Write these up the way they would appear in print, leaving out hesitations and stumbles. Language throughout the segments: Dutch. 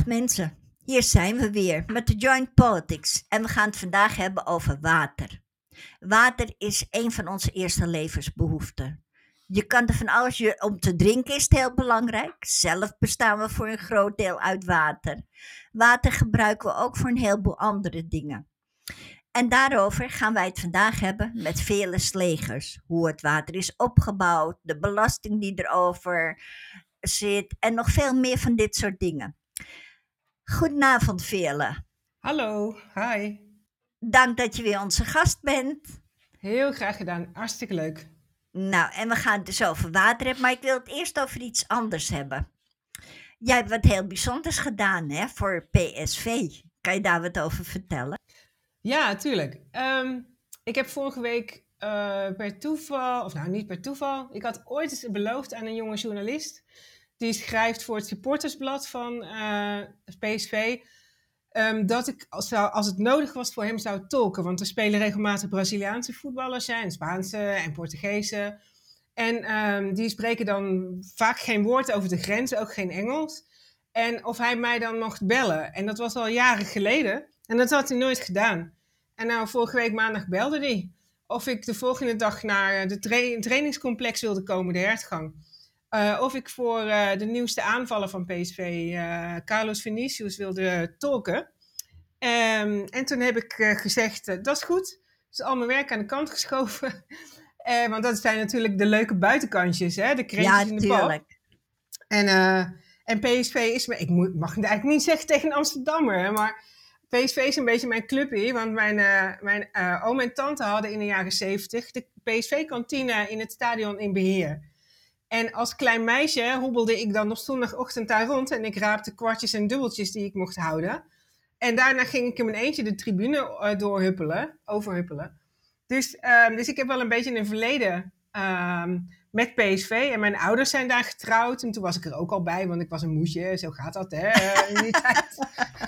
Dag mensen, hier zijn we weer met de Joint Politics en we gaan het vandaag hebben over water. Water is een van onze eerste levensbehoeften. Je kan er van alles, om te drinken is het heel belangrijk. Zelf bestaan we voor een groot deel uit water. Water gebruiken we ook voor een heleboel andere dingen. En daarover gaan wij het vandaag hebben met vele slegers. Hoe het water is opgebouwd, de belasting die erover zit en nog veel meer van dit soort dingen. Goedenavond, Veerle. Hallo, hi. Dank dat je weer onze gast bent. Heel graag gedaan, hartstikke leuk. Nou, en we gaan het dus over water hebben, maar ik wil het eerst over iets anders hebben. Jij hebt wat heel bijzonders gedaan, hè, voor PSV. Kan je daar wat over vertellen? Ja, tuurlijk. Ik heb vorige week per toeval, of nou niet per toeval, ik had ooit eens beloofd aan een jonge journalist, die schrijft voor het supportersblad van PSV, dat ik, als het nodig was, voor hem zou tolken. Want er spelen regelmatig Braziliaanse voetballers, en Spaanse en Portugese. En die spreken dan vaak geen woord over de grens, ook geen Engels. En of hij mij dan mocht bellen. En dat was al jaren geleden. En dat had hij nooit gedaan. En nou, vorige week maandag belde hij. Of ik de volgende dag naar de trainingscomplex wilde komen, de hertgang. Of ik voor de nieuwste aanvaller van PSV, Carlos Vinicius, wilde tolken. En toen heb ik gezegd, dat is goed. Dus al mijn werk aan de kant geschoven. Want dat zijn natuurlijk de leuke buitenkantjes, hè? De kreetjes in de bal. tuurlijk. En PSV is... mag het eigenlijk niet zeggen tegen een Amsterdammer, hè, maar PSV is een beetje mijn clubje. Want mijn oom en tante hadden in de jaren 70 de PSV-kantine in het stadion in beheer. En als klein meisje hobbelde ik dan nog zondagochtend daar rond en ik raapte kwartjes en dubbeltjes die ik mocht houden. En daarna ging ik in mijn eentje de tribune overhuppelen. Dus ik heb wel een beetje een verleden met PSV. En mijn ouders zijn daar getrouwd. En toen was ik er ook al bij, want ik was een moesje. Zo gaat dat, hè, in die tijd.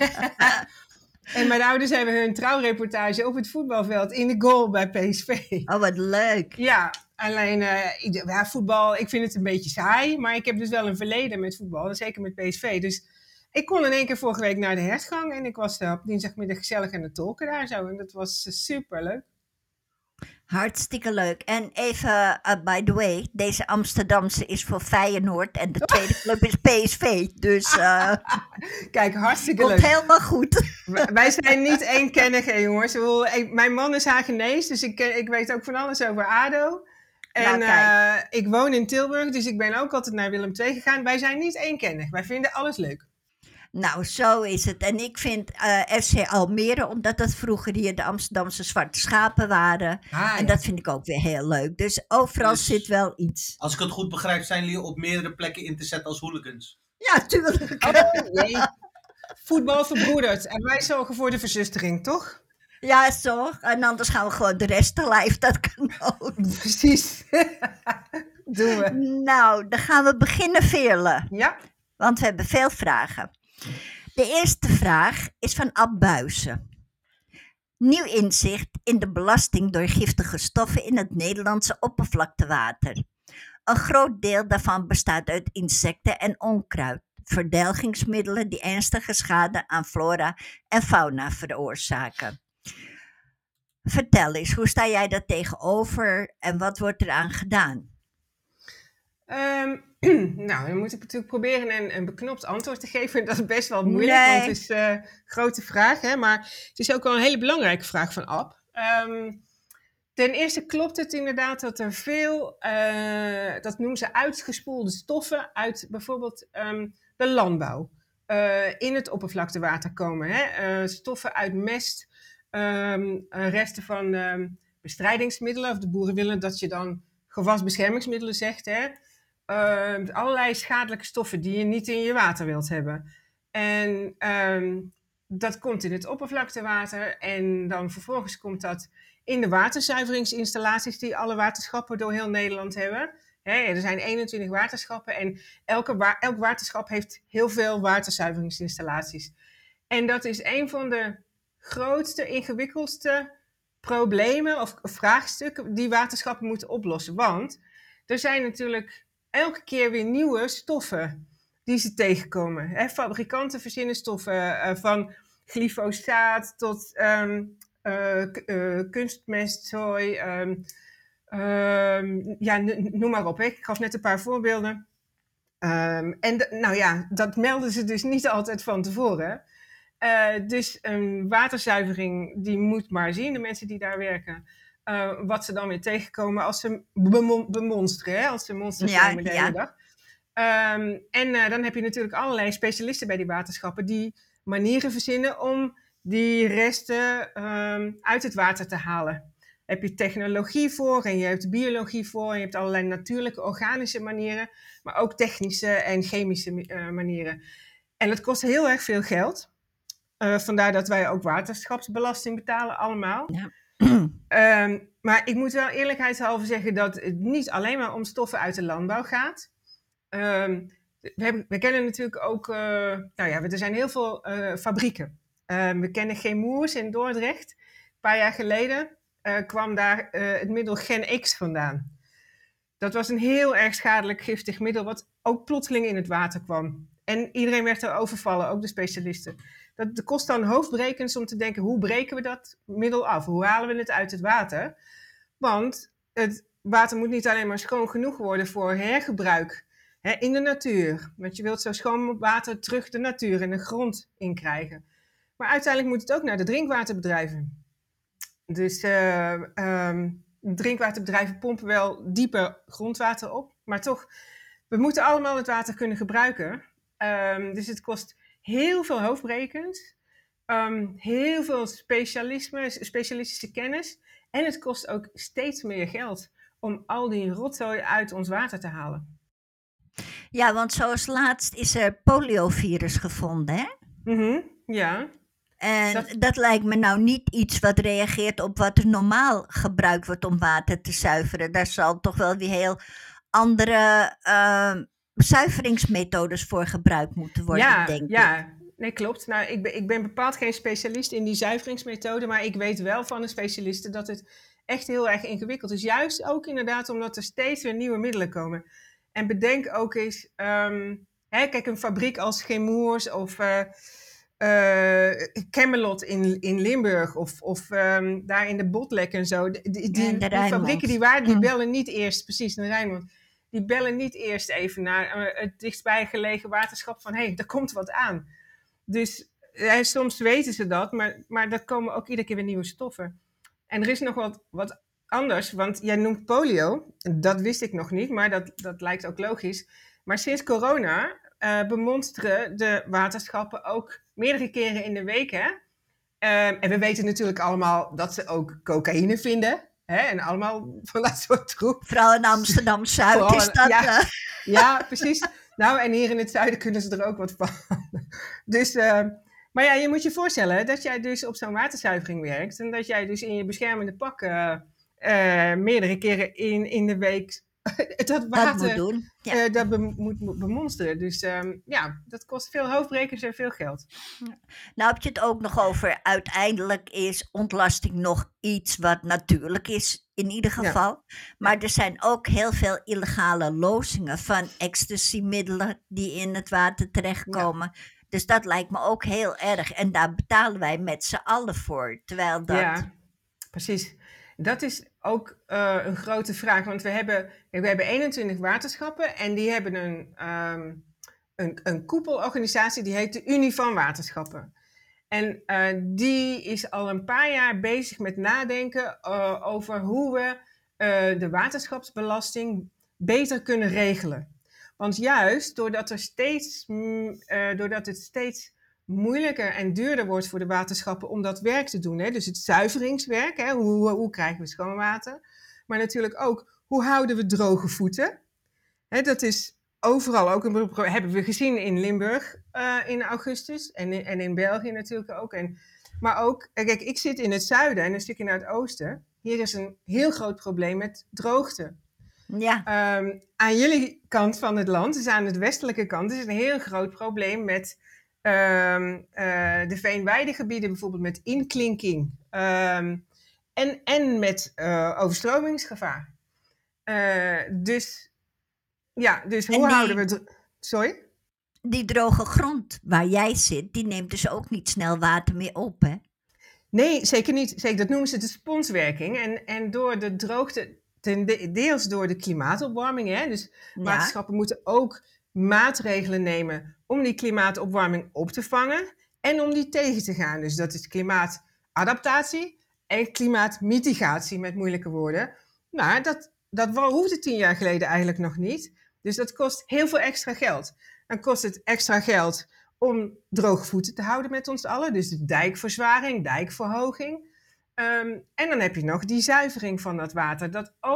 En mijn ouders hebben hun trouwreportage op het voetbalveld in de goal bij PSV. Oh, wat leuk. Ja, alleen voetbal, ik vind het een beetje saai. Maar ik heb dus wel een verleden met voetbal, zeker met PSV. Dus ik kon in één keer vorige week naar de hertgang. En ik was op dinsdagmiddag gezellig aan het tolken daar zo. En dat was super leuk. Hartstikke leuk. En even, by the way, deze Amsterdamse is voor Feyenoord en de tweede club is PSV. Dus Kijk, hartstikke komt leuk. helemaal goed. Wij zijn niet eenkennig, hè, jongens. Mijn man is Hagenees, dus ik weet ook van alles over ADO. En Nou, ik woon in Tilburg, dus ik ben ook altijd naar Willem II gegaan. Wij zijn niet eenkennig. Wij vinden alles leuk. Nou, zo is het. En ik vind FC Almere, omdat dat vroeger hier de Amsterdamse zwarte schapen waren. En dat vind ik ook weer heel leuk. Dus overal Dus, zit wel iets. Als ik het goed begrijp, zijn jullie op meerdere plekken in te zetten als hooligans. Ja, tuurlijk. Oh, nee. Voetbal verbroederd. En wij zorgen voor de verzustering, toch? Ja, zo. En anders gaan we gewoon de rest te lijf. Dat kan ook. Precies. Doen we. Nou, dan gaan we beginnen, Veerle. Ja. Want we hebben veel vragen. De eerste vraag is van Ab Buijsen. Nieuw inzicht in de belasting door giftige stoffen in het Nederlandse oppervlaktewater. Een groot deel daarvan bestaat uit insecten en onkruid, verdelgingsmiddelen die ernstige schade aan flora en fauna veroorzaken. Vertel eens, hoe sta jij daar tegenover en wat wordt eraan gedaan? Nou, dan moet ik natuurlijk proberen een beknopt antwoord te geven. Dat is best wel moeilijk, Nee. want het is een grote vraag. Hè? Maar het is ook wel een hele belangrijke vraag van Ab. Ten eerste klopt het inderdaad dat er veel, dat noemen ze uitgespoelde stoffen uit bijvoorbeeld de landbouw in het oppervlaktewater komen. Hè? Stoffen uit mest, resten van bestrijdingsmiddelen. Of de boeren willen dat je dan gewasbeschermingsmiddelen zegt, hè? Allerlei schadelijke stoffen die je niet in je water wilt hebben. En dat komt in het oppervlaktewater en dan vervolgens komt dat in de waterzuiveringsinstallaties die alle waterschappen door heel Nederland hebben. Er zijn 21 waterschappen en elk waterschap heeft heel veel waterzuiveringsinstallaties. En dat is een van de grootste, ingewikkeldste problemen of vraagstukken die waterschappen moeten oplossen. Want er zijn natuurlijk elke keer weer nieuwe stoffen die ze tegenkomen. Hè? Fabrikanten verzinnen stoffen van glyfosaat tot kunstmestzooi. Noem maar op. Hè? Ik gaf net een paar voorbeelden. Dat melden ze dus niet altijd van tevoren. Dus een waterzuivering, die moet maar zien, de mensen die daar werken, wat ze dan weer tegenkomen als ze bemonsteren, hè? Als ze monsters nemen de hele dag. Dan heb je natuurlijk allerlei specialisten bij die waterschappen die manieren verzinnen om die resten uit het water te halen. Daar heb je technologie voor en je hebt biologie voor en je hebt allerlei natuurlijke organische manieren, maar ook technische en chemische manieren. En dat kost heel erg veel geld. Vandaar dat wij ook waterschapsbelasting betalen allemaal. Ja. Maar ik moet wel eerlijkheidshalve zeggen dat het niet alleen maar om stoffen uit de landbouw gaat. We kennen natuurlijk ook, er zijn heel veel fabrieken. We kennen Chemours in Dordrecht. Een paar jaar geleden kwam daar het middel Gen X vandaan. Dat was een heel erg schadelijk giftig middel wat ook plotseling in het water kwam. En iedereen werd er overvallen, ook de specialisten. Dat kost dan hoofdbrekens om te denken, hoe breken we dat middel af? Hoe halen we het uit het water? Want het water moet niet alleen maar schoon genoeg worden voor hergebruik in de natuur. Want je wilt zo schoon water terug de natuur en de grond in krijgen. Maar uiteindelijk moet het ook naar de drinkwaterbedrijven. Dus drinkwaterbedrijven pompen wel dieper grondwater op. Maar toch, we moeten allemaal het water kunnen gebruiken. Dus het kost heel veel hoofdbrekens. Heel veel specialistische kennis. En het kost ook steeds meer geld om al die rotzooi uit ons water te halen. Ja, want zoals laatst is er poliovirus gevonden, hè? Ja. En dat lijkt me nou niet iets wat reageert op wat er normaal gebruikt wordt om water te zuiveren. Daar zal toch wel weer heel andere zuiveringsmethodes voor gebruikt moeten worden, denk ik. Ja, nee, klopt. Nou, ik ben bepaald geen specialist in die zuiveringsmethode, maar ik weet wel van de specialisten dat het echt heel erg ingewikkeld is. Juist ook inderdaad omdat er steeds weer nieuwe middelen komen. En bedenk ook eens, kijk, een fabriek als Chemours of Camelot in Limburg of daar in de Botlek en zo. Die fabrieken die bellen niet eerst, precies in de Rijnmond, die bellen niet eerst even naar het dichtstbijgelegen waterschap van er komt wat aan. Dus soms weten ze dat, maar er komen ook iedere keer weer nieuwe stoffen. En er is nog wat anders, want jij noemt polio, dat wist ik nog niet, maar dat lijkt ook logisch. Maar sinds corona bemonsteren de waterschappen ook meerdere keren in de week. Hè? En we weten natuurlijk allemaal dat ze ook cocaïne vinden. Hè? En allemaal van dat soort troep. Vooral in Amsterdam-Zuid is dat. Ja, precies. Nou, en hier in het zuiden kunnen ze er ook wat van. Dus, maar ja, je moet je voorstellen dat jij dus op zo'n waterzuivering werkt. En dat jij dus in je beschermende pak meerdere keren in de week dat water moet doen. Ja. dat moet bemonsteren. Dus dat kost veel hoofdbrekens en veel geld. Nou heb je het ook nog over, uiteindelijk is ontlasting nog iets wat natuurlijk is, in ieder geval. Ja. Maar er zijn ook heel veel illegale lozingen van ecstasy-middelen die in het water terechtkomen. Ja. Dus dat lijkt me ook heel erg. En daar betalen wij met z'n allen voor. Terwijl dat... Ja, precies. Dat is ook een grote vraag, want we hebben 21 waterschappen en die hebben een koepelorganisatie die heet de Unie van Waterschappen. En die is al een paar jaar bezig met nadenken over hoe we de waterschapsbelasting beter kunnen regelen. Want juist doordat het steeds moeilijker en duurder wordt voor de waterschappen om dat werk te doen. Hè? Dus het zuiveringswerk, hè? Hoe krijgen we schoon water? Maar natuurlijk ook, hoe houden we droge voeten? Hè, dat is overal ook hebben we gezien in Limburg in augustus en in België natuurlijk ook. Maar ook, kijk, ik zit in het zuiden en een stukje naar het oosten. Hier is een heel groot probleem met droogte. Ja. Aan jullie kant van het land, dus aan de westelijke kant, is een heel groot probleem met de veenweidegebieden, bijvoorbeeld met inklinking en met overstromingsgevaar. Dus hoe houden we het... Sorry? die droge grond waar jij zit, die neemt dus ook niet snel water meer op, hè? Nee, zeker niet. Zeker, dat noemen ze de sponswerking. En door de droogte, deels door de klimaatopwarming, hè, dus Ja, waterschappen moeten ook maatregelen nemen om die klimaatopwarming op te vangen en om die tegen te gaan. Dus dat is klimaatadaptatie en klimaatmitigatie met moeilijke woorden. Nou, dat hoefde 10 jaar geleden eigenlijk nog niet. Dus dat kost heel veel extra geld. Dan kost het extra geld om droge voeten te houden met ons allen. Dus de dijkverzwaring, dijkverhoging. En dan heb je nog die zuivering van dat water.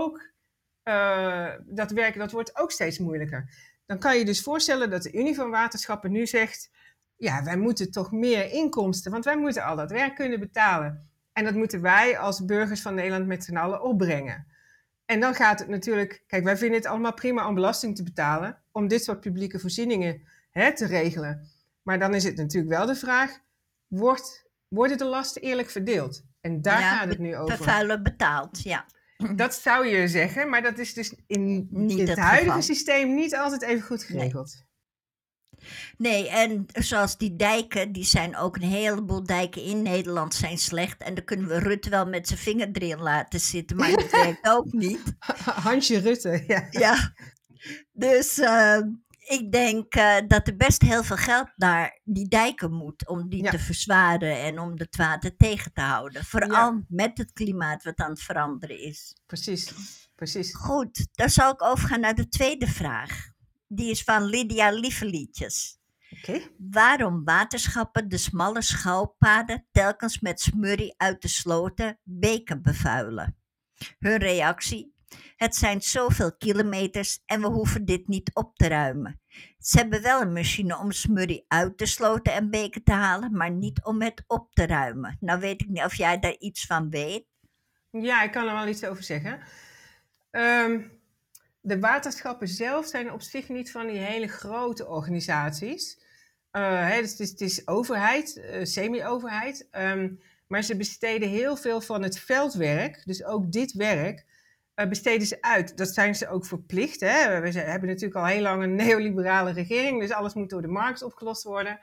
Dat werk, dat wordt ook steeds moeilijker. Dan kan je dus voorstellen dat de Unie van Waterschappen nu zegt, ja, wij moeten toch meer inkomsten, want wij moeten al dat werk kunnen betalen. En dat moeten wij als burgers van Nederland met z'n allen opbrengen. En dan gaat het natuurlijk, kijk, wij vinden het allemaal prima om belasting te betalen, om dit soort publieke voorzieningen te regelen. Maar dan is het natuurlijk wel de vraag, worden de lasten eerlijk verdeeld? En daar gaat het nu over. Vervuiler betaald, ja. Dat zou je zeggen, maar dat is dus in Niet het het huidige geval. systeem niet altijd even goed geregeld. Nee, en zoals die dijken, die zijn ook een heleboel dijken in Nederland zijn slecht. En dan kunnen we Rutte wel met zijn vinger erin laten zitten, maar dat werkt ook niet. Hansje Rutte, ja. Ja, dus ik denk dat er best heel veel geld naar die dijken moet om die Ja. te verzwaren en om het water tegen te houden. Vooral met het klimaat wat aan het veranderen is. Precies. Goed, dan zal ik overgaan naar de tweede vraag. Die is van Lydia Lievelietjes. Oké. Waarom waterschappen de smalle schouwpaden telkens met smurrie uit de sloten beken bevuilen? Hun reactie: het zijn zoveel kilometers en we hoeven dit niet op te ruimen. Ze hebben wel een machine om smurrie uit de sloten en beken te halen, maar niet om het op te ruimen. Nou weet ik niet of jij daar iets van weet. Ja, ik kan er wel iets over zeggen. De waterschappen zelf zijn op zich niet van die hele grote organisaties. Dus het is overheid, semi-overheid. Maar ze besteden heel veel van het veldwerk, dus ook dit werk, besteden ze uit. Dat zijn ze ook verplicht. Hè? We hebben natuurlijk al heel lang een neoliberale regering, dus alles moet door de markt opgelost worden.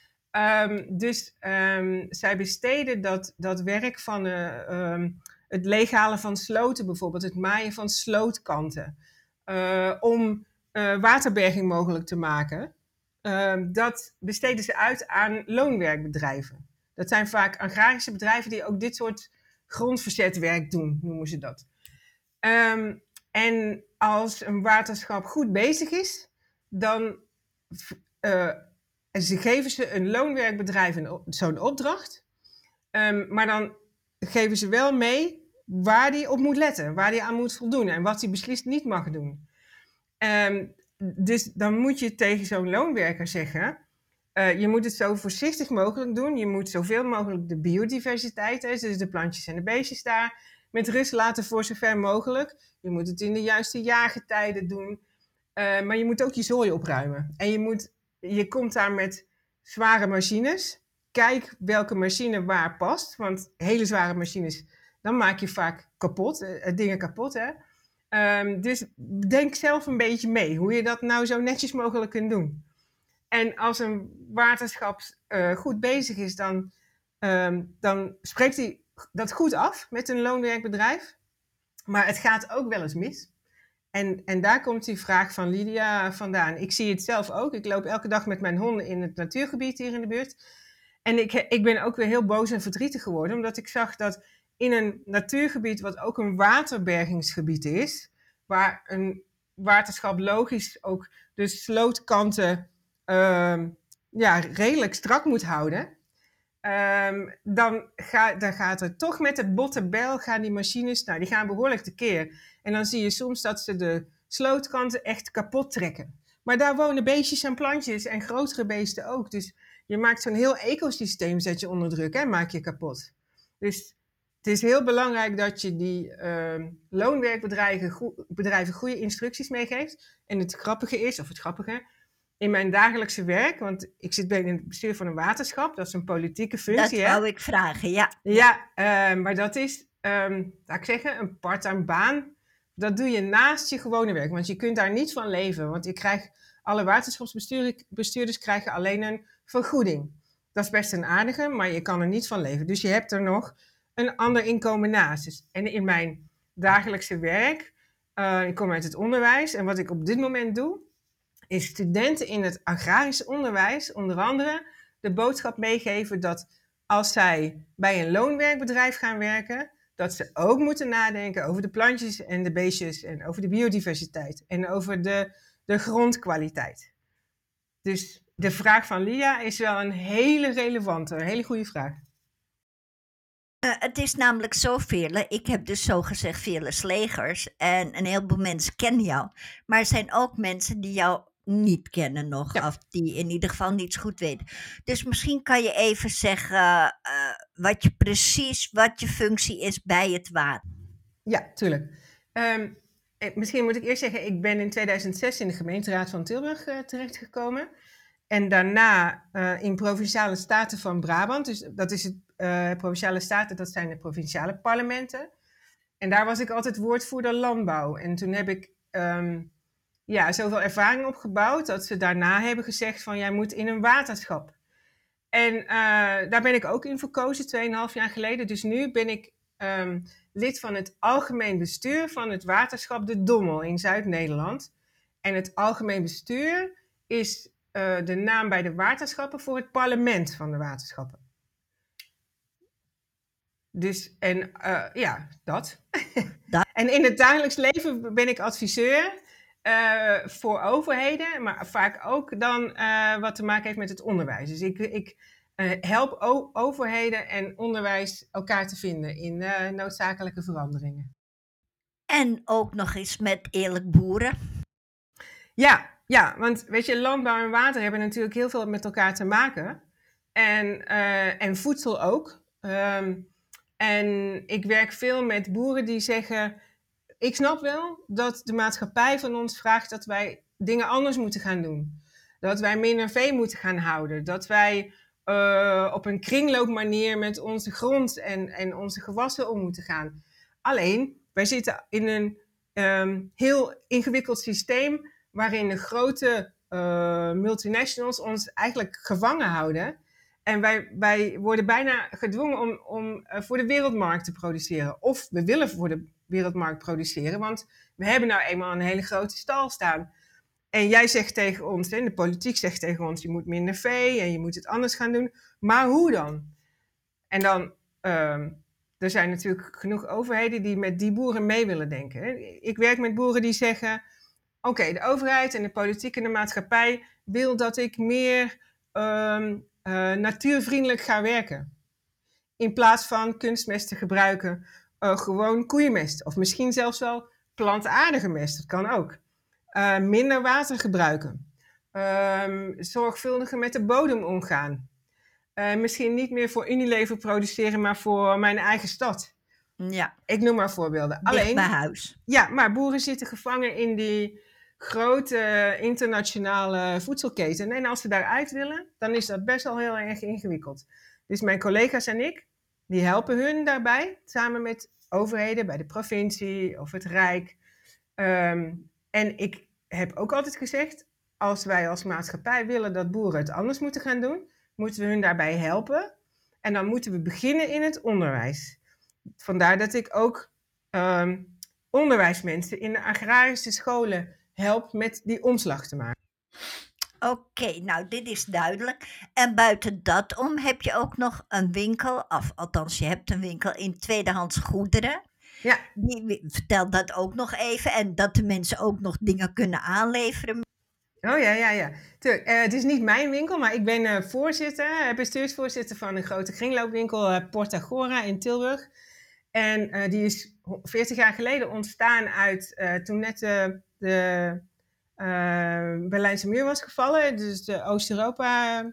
Zij besteden dat werk van het leeghalen van sloten bijvoorbeeld, het maaien van slootkanten, om waterberging mogelijk te maken. Dat besteden ze uit aan loonwerkbedrijven. Dat zijn vaak agrarische bedrijven die ook dit soort grondverzetwerk doen, noemen ze dat. En als een waterschap goed bezig is, dan geven ze een loonwerkbedrijf zo'n opdracht. Maar dan geven ze wel mee waar die op moet letten, waar die aan moet voldoen en wat hij beslist niet mag doen. Dus dan moet je tegen zo'n loonwerker zeggen, je moet het zo voorzichtig mogelijk doen. Je moet zoveel mogelijk de biodiversiteit, dus de plantjes en de beestjes daar, met rust laten voor zover mogelijk. Je moet het in de juiste jaargetijden doen. Maar je moet ook je zooi opruimen. En je komt daar met zware machines. Kijk welke machine waar past. Want hele zware machines, dan maak je vaak dingen kapot. Hè? Dus denk zelf een beetje mee hoe je dat nou zo netjes mogelijk kunt doen. En als een waterschap goed bezig is, dan spreekt hij dat goed af met een loonwerkbedrijf. Maar het gaat ook wel eens mis. En daar komt die vraag van Lydia vandaan. Ik zie het zelf ook. Ik loop elke dag met mijn honden in het natuurgebied hier in de buurt. En ik ben ook weer heel boos en verdrietig geworden, omdat ik zag dat in een natuurgebied wat ook een waterbergingsgebied is, waar een waterschap logisch ook de slootkanten redelijk strak moet houden, dan gaat er toch met de botte bijl gaan die machines, die gaan behoorlijk tekeer. En dan zie je soms dat ze de slootkanten echt kapot trekken. Maar daar wonen beestjes en plantjes en grotere beesten ook. Dus je maakt zo'n heel ecosysteem, zet je onder druk en maak je kapot. Dus het is heel belangrijk dat je die loonwerkbedrijven goede instructies meegeeft. En het grappige, in mijn dagelijkse werk, want ik zit in het bestuur van een waterschap, dat is een politieke functie. Dat wou ik vragen, ja. Ja, maar dat is, laat ik zeggen, een part-time baan. Dat doe je naast je gewone werk, want je kunt daar niet van leven. Want ik krijg alle waterschapsbestuurders krijgen alleen een vergoeding. Dat is best een aardige, maar je kan er niet van leven. Dus je hebt er nog een ander inkomen naast. Dus, en in mijn dagelijkse werk, ik kom uit het onderwijs en wat ik op dit moment doe, is studenten in het agrarisch onderwijs onder andere de boodschap meegeven dat als zij bij een loonwerkbedrijf gaan werken, dat ze ook moeten nadenken over de plantjes en de beestjes en over de biodiversiteit en over de grondkwaliteit. Dus de vraag van Lia is wel een hele relevante, een hele goede vraag. Het is namelijk zoveel. Ik heb dus zogezegd vele slegers en een heleboel mensen kennen jou. Maar er zijn ook mensen die jou niet kennen nog, Ja. of die in ieder geval niet zo goed weten. Dus misschien kan je even zeggen wat je functie is bij het water. Ja, tuurlijk. Misschien moet ik eerst zeggen, ik ben in 2006 in de gemeenteraad van Tilburg terechtgekomen. En daarna in Provinciale Staten van Brabant. Dus dat is het Provinciale Staten, dat zijn de provinciale parlementen. En daar was ik altijd woordvoerder landbouw. En toen heb ik zoveel ervaring opgebouwd dat ze daarna hebben gezegd van jij moet in een waterschap. En daar ben ik ook in verkozen 2,5 jaar geleden. Dus nu ben ik lid van het algemeen bestuur van het waterschap De Dommel in Zuid-Nederland. En het algemeen bestuur is de naam bij de waterschappen voor het parlement van de waterschappen. Dus, dat. En in het dagelijks leven ben ik adviseur voor overheden, maar vaak ook dan wat te maken heeft met het onderwijs. Dus ik help overheden en onderwijs elkaar te vinden in noodzakelijke veranderingen. En ook nog eens met eerlijk boeren. Ja, want weet je, landbouw en water hebben natuurlijk heel veel met elkaar te maken. En voedsel ook. En ik werk veel met boeren die zeggen, ik snap wel dat de maatschappij van ons vraagt dat wij dingen anders moeten gaan doen. Dat wij minder vee moeten gaan houden. Dat wij op een kringloopmanier met onze grond en onze gewassen om moeten gaan. Alleen, wij zitten in een heel ingewikkeld systeem waarin de grote multinationals ons eigenlijk gevangen houden. En wij worden bijna gedwongen om voor de wereldmarkt te produceren. Of we willen voor de wereldmarkt produceren, want we hebben nou eenmaal een hele grote stal staan. En jij zegt tegen ons, en de politiek zegt tegen ons, je moet minder vee en je moet het anders gaan doen. Maar hoe dan? En dan, er zijn natuurlijk genoeg overheden die met die boeren mee willen denken. Ik werk met boeren die zeggen, oké, de overheid en de politiek en de maatschappij wil dat ik meer natuurvriendelijk ga werken. In plaats van kunstmest te gebruiken, gewoon koeienmest. Of misschien zelfs wel plantaardige mest, dat kan ook. Minder water gebruiken. Zorgvuldiger met de bodem omgaan. Misschien niet meer voor Unilever produceren, maar voor mijn eigen stad. Ja. Ik noem maar voorbeelden. Dicht bij huis. Ja, maar boeren zitten gevangen in die grote internationale voedselketen. En als ze daaruit willen, dan is dat best wel heel erg ingewikkeld. Dus mijn collega's en ik, die helpen hun daarbij, samen met overheden bij de provincie of het Rijk. En ik heb ook altijd gezegd, als wij als maatschappij willen dat boeren het anders moeten gaan doen, moeten we hun daarbij helpen. En dan moeten we beginnen in het onderwijs. Vandaar dat ik ook onderwijsmensen in de agrarische scholen help met die omslag te maken. Oké, nou dit is duidelijk. En buiten dat om heb je ook nog een winkel, of althans je hebt een winkel in tweedehands goederen. Ja. Vertel dat ook nog even en dat de mensen ook nog dingen kunnen aanleveren. Oh ja. Het is niet mijn winkel, maar ik ben bestuursvoorzitter van een grote kringloopwinkel Portagora in Tilburg. En die is 40 jaar geleden ontstaan uit toen net de Berlijnse muur was gevallen. Dus de Oost-Europa,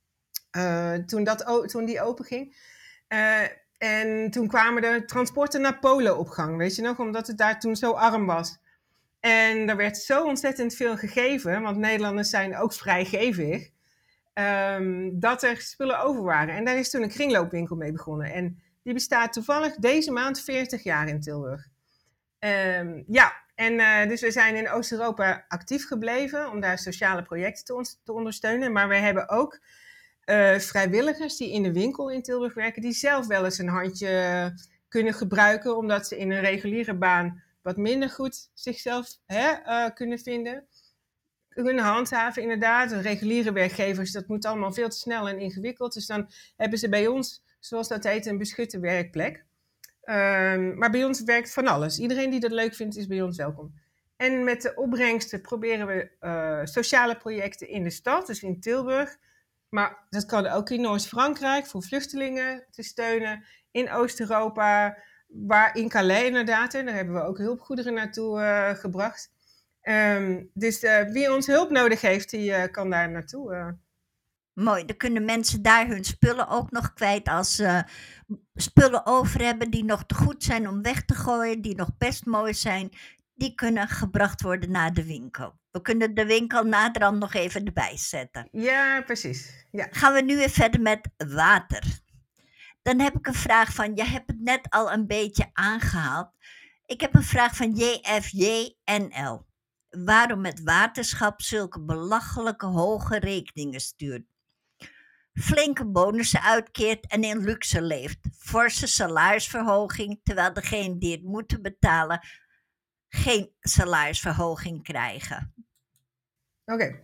toen die open ging. En toen kwamen de transporten naar Polen op gang, weet je nog? Omdat het daar toen zo arm was. En er werd zo ontzettend veel gegeven, want Nederlanders zijn ook vrijgevig, dat er spullen over waren. En daar is toen een kringloopwinkel mee begonnen. En die bestaat toevallig deze maand 40 jaar in Tilburg. En dus we zijn in Oost-Europa actief gebleven om daar sociale projecten te ondersteunen. Maar we hebben ook vrijwilligers die in de winkel in Tilburg werken, die zelf wel eens een handje kunnen gebruiken, omdat ze in een reguliere baan wat minder goed zichzelf kunnen vinden. Kunnen handhaven, inderdaad. De reguliere werkgevers, dat moet allemaal veel te snel en ingewikkeld. Dus dan hebben ze bij ons, zoals dat heet, een beschutte werkplek. Maar bij ons werkt van alles. Iedereen die dat leuk vindt, is bij ons welkom. En met de opbrengsten proberen we sociale projecten in de stad, dus in Tilburg. Maar dat kan ook in Noord-Frankrijk voor vluchtelingen te steunen. In Oost-Europa, in Calais inderdaad. En daar hebben we ook hulpgoederen naartoe gebracht. Dus wie ons hulp nodig heeft, die kan daar naartoe. Mooi, dan kunnen mensen daar hun spullen ook nog kwijt als ze spullen over hebben die nog te goed zijn om weg te gooien, die nog best mooi zijn. Die kunnen gebracht worden naar de winkel. We kunnen de winkel naderhand nog even erbij zetten. Ja, precies. Ja. Gaan we nu weer verder met water. Dan heb ik een vraag van, je hebt het net al een beetje aangehaald. Ik heb een vraag van JFJNL. Waarom het waterschap zulke belachelijke hoge rekeningen stuurt. Flinke bonussen uitkeert en in luxe leeft. Forse salarisverhoging, terwijl degenen die het moeten betalen geen salarisverhoging krijgen. Oké.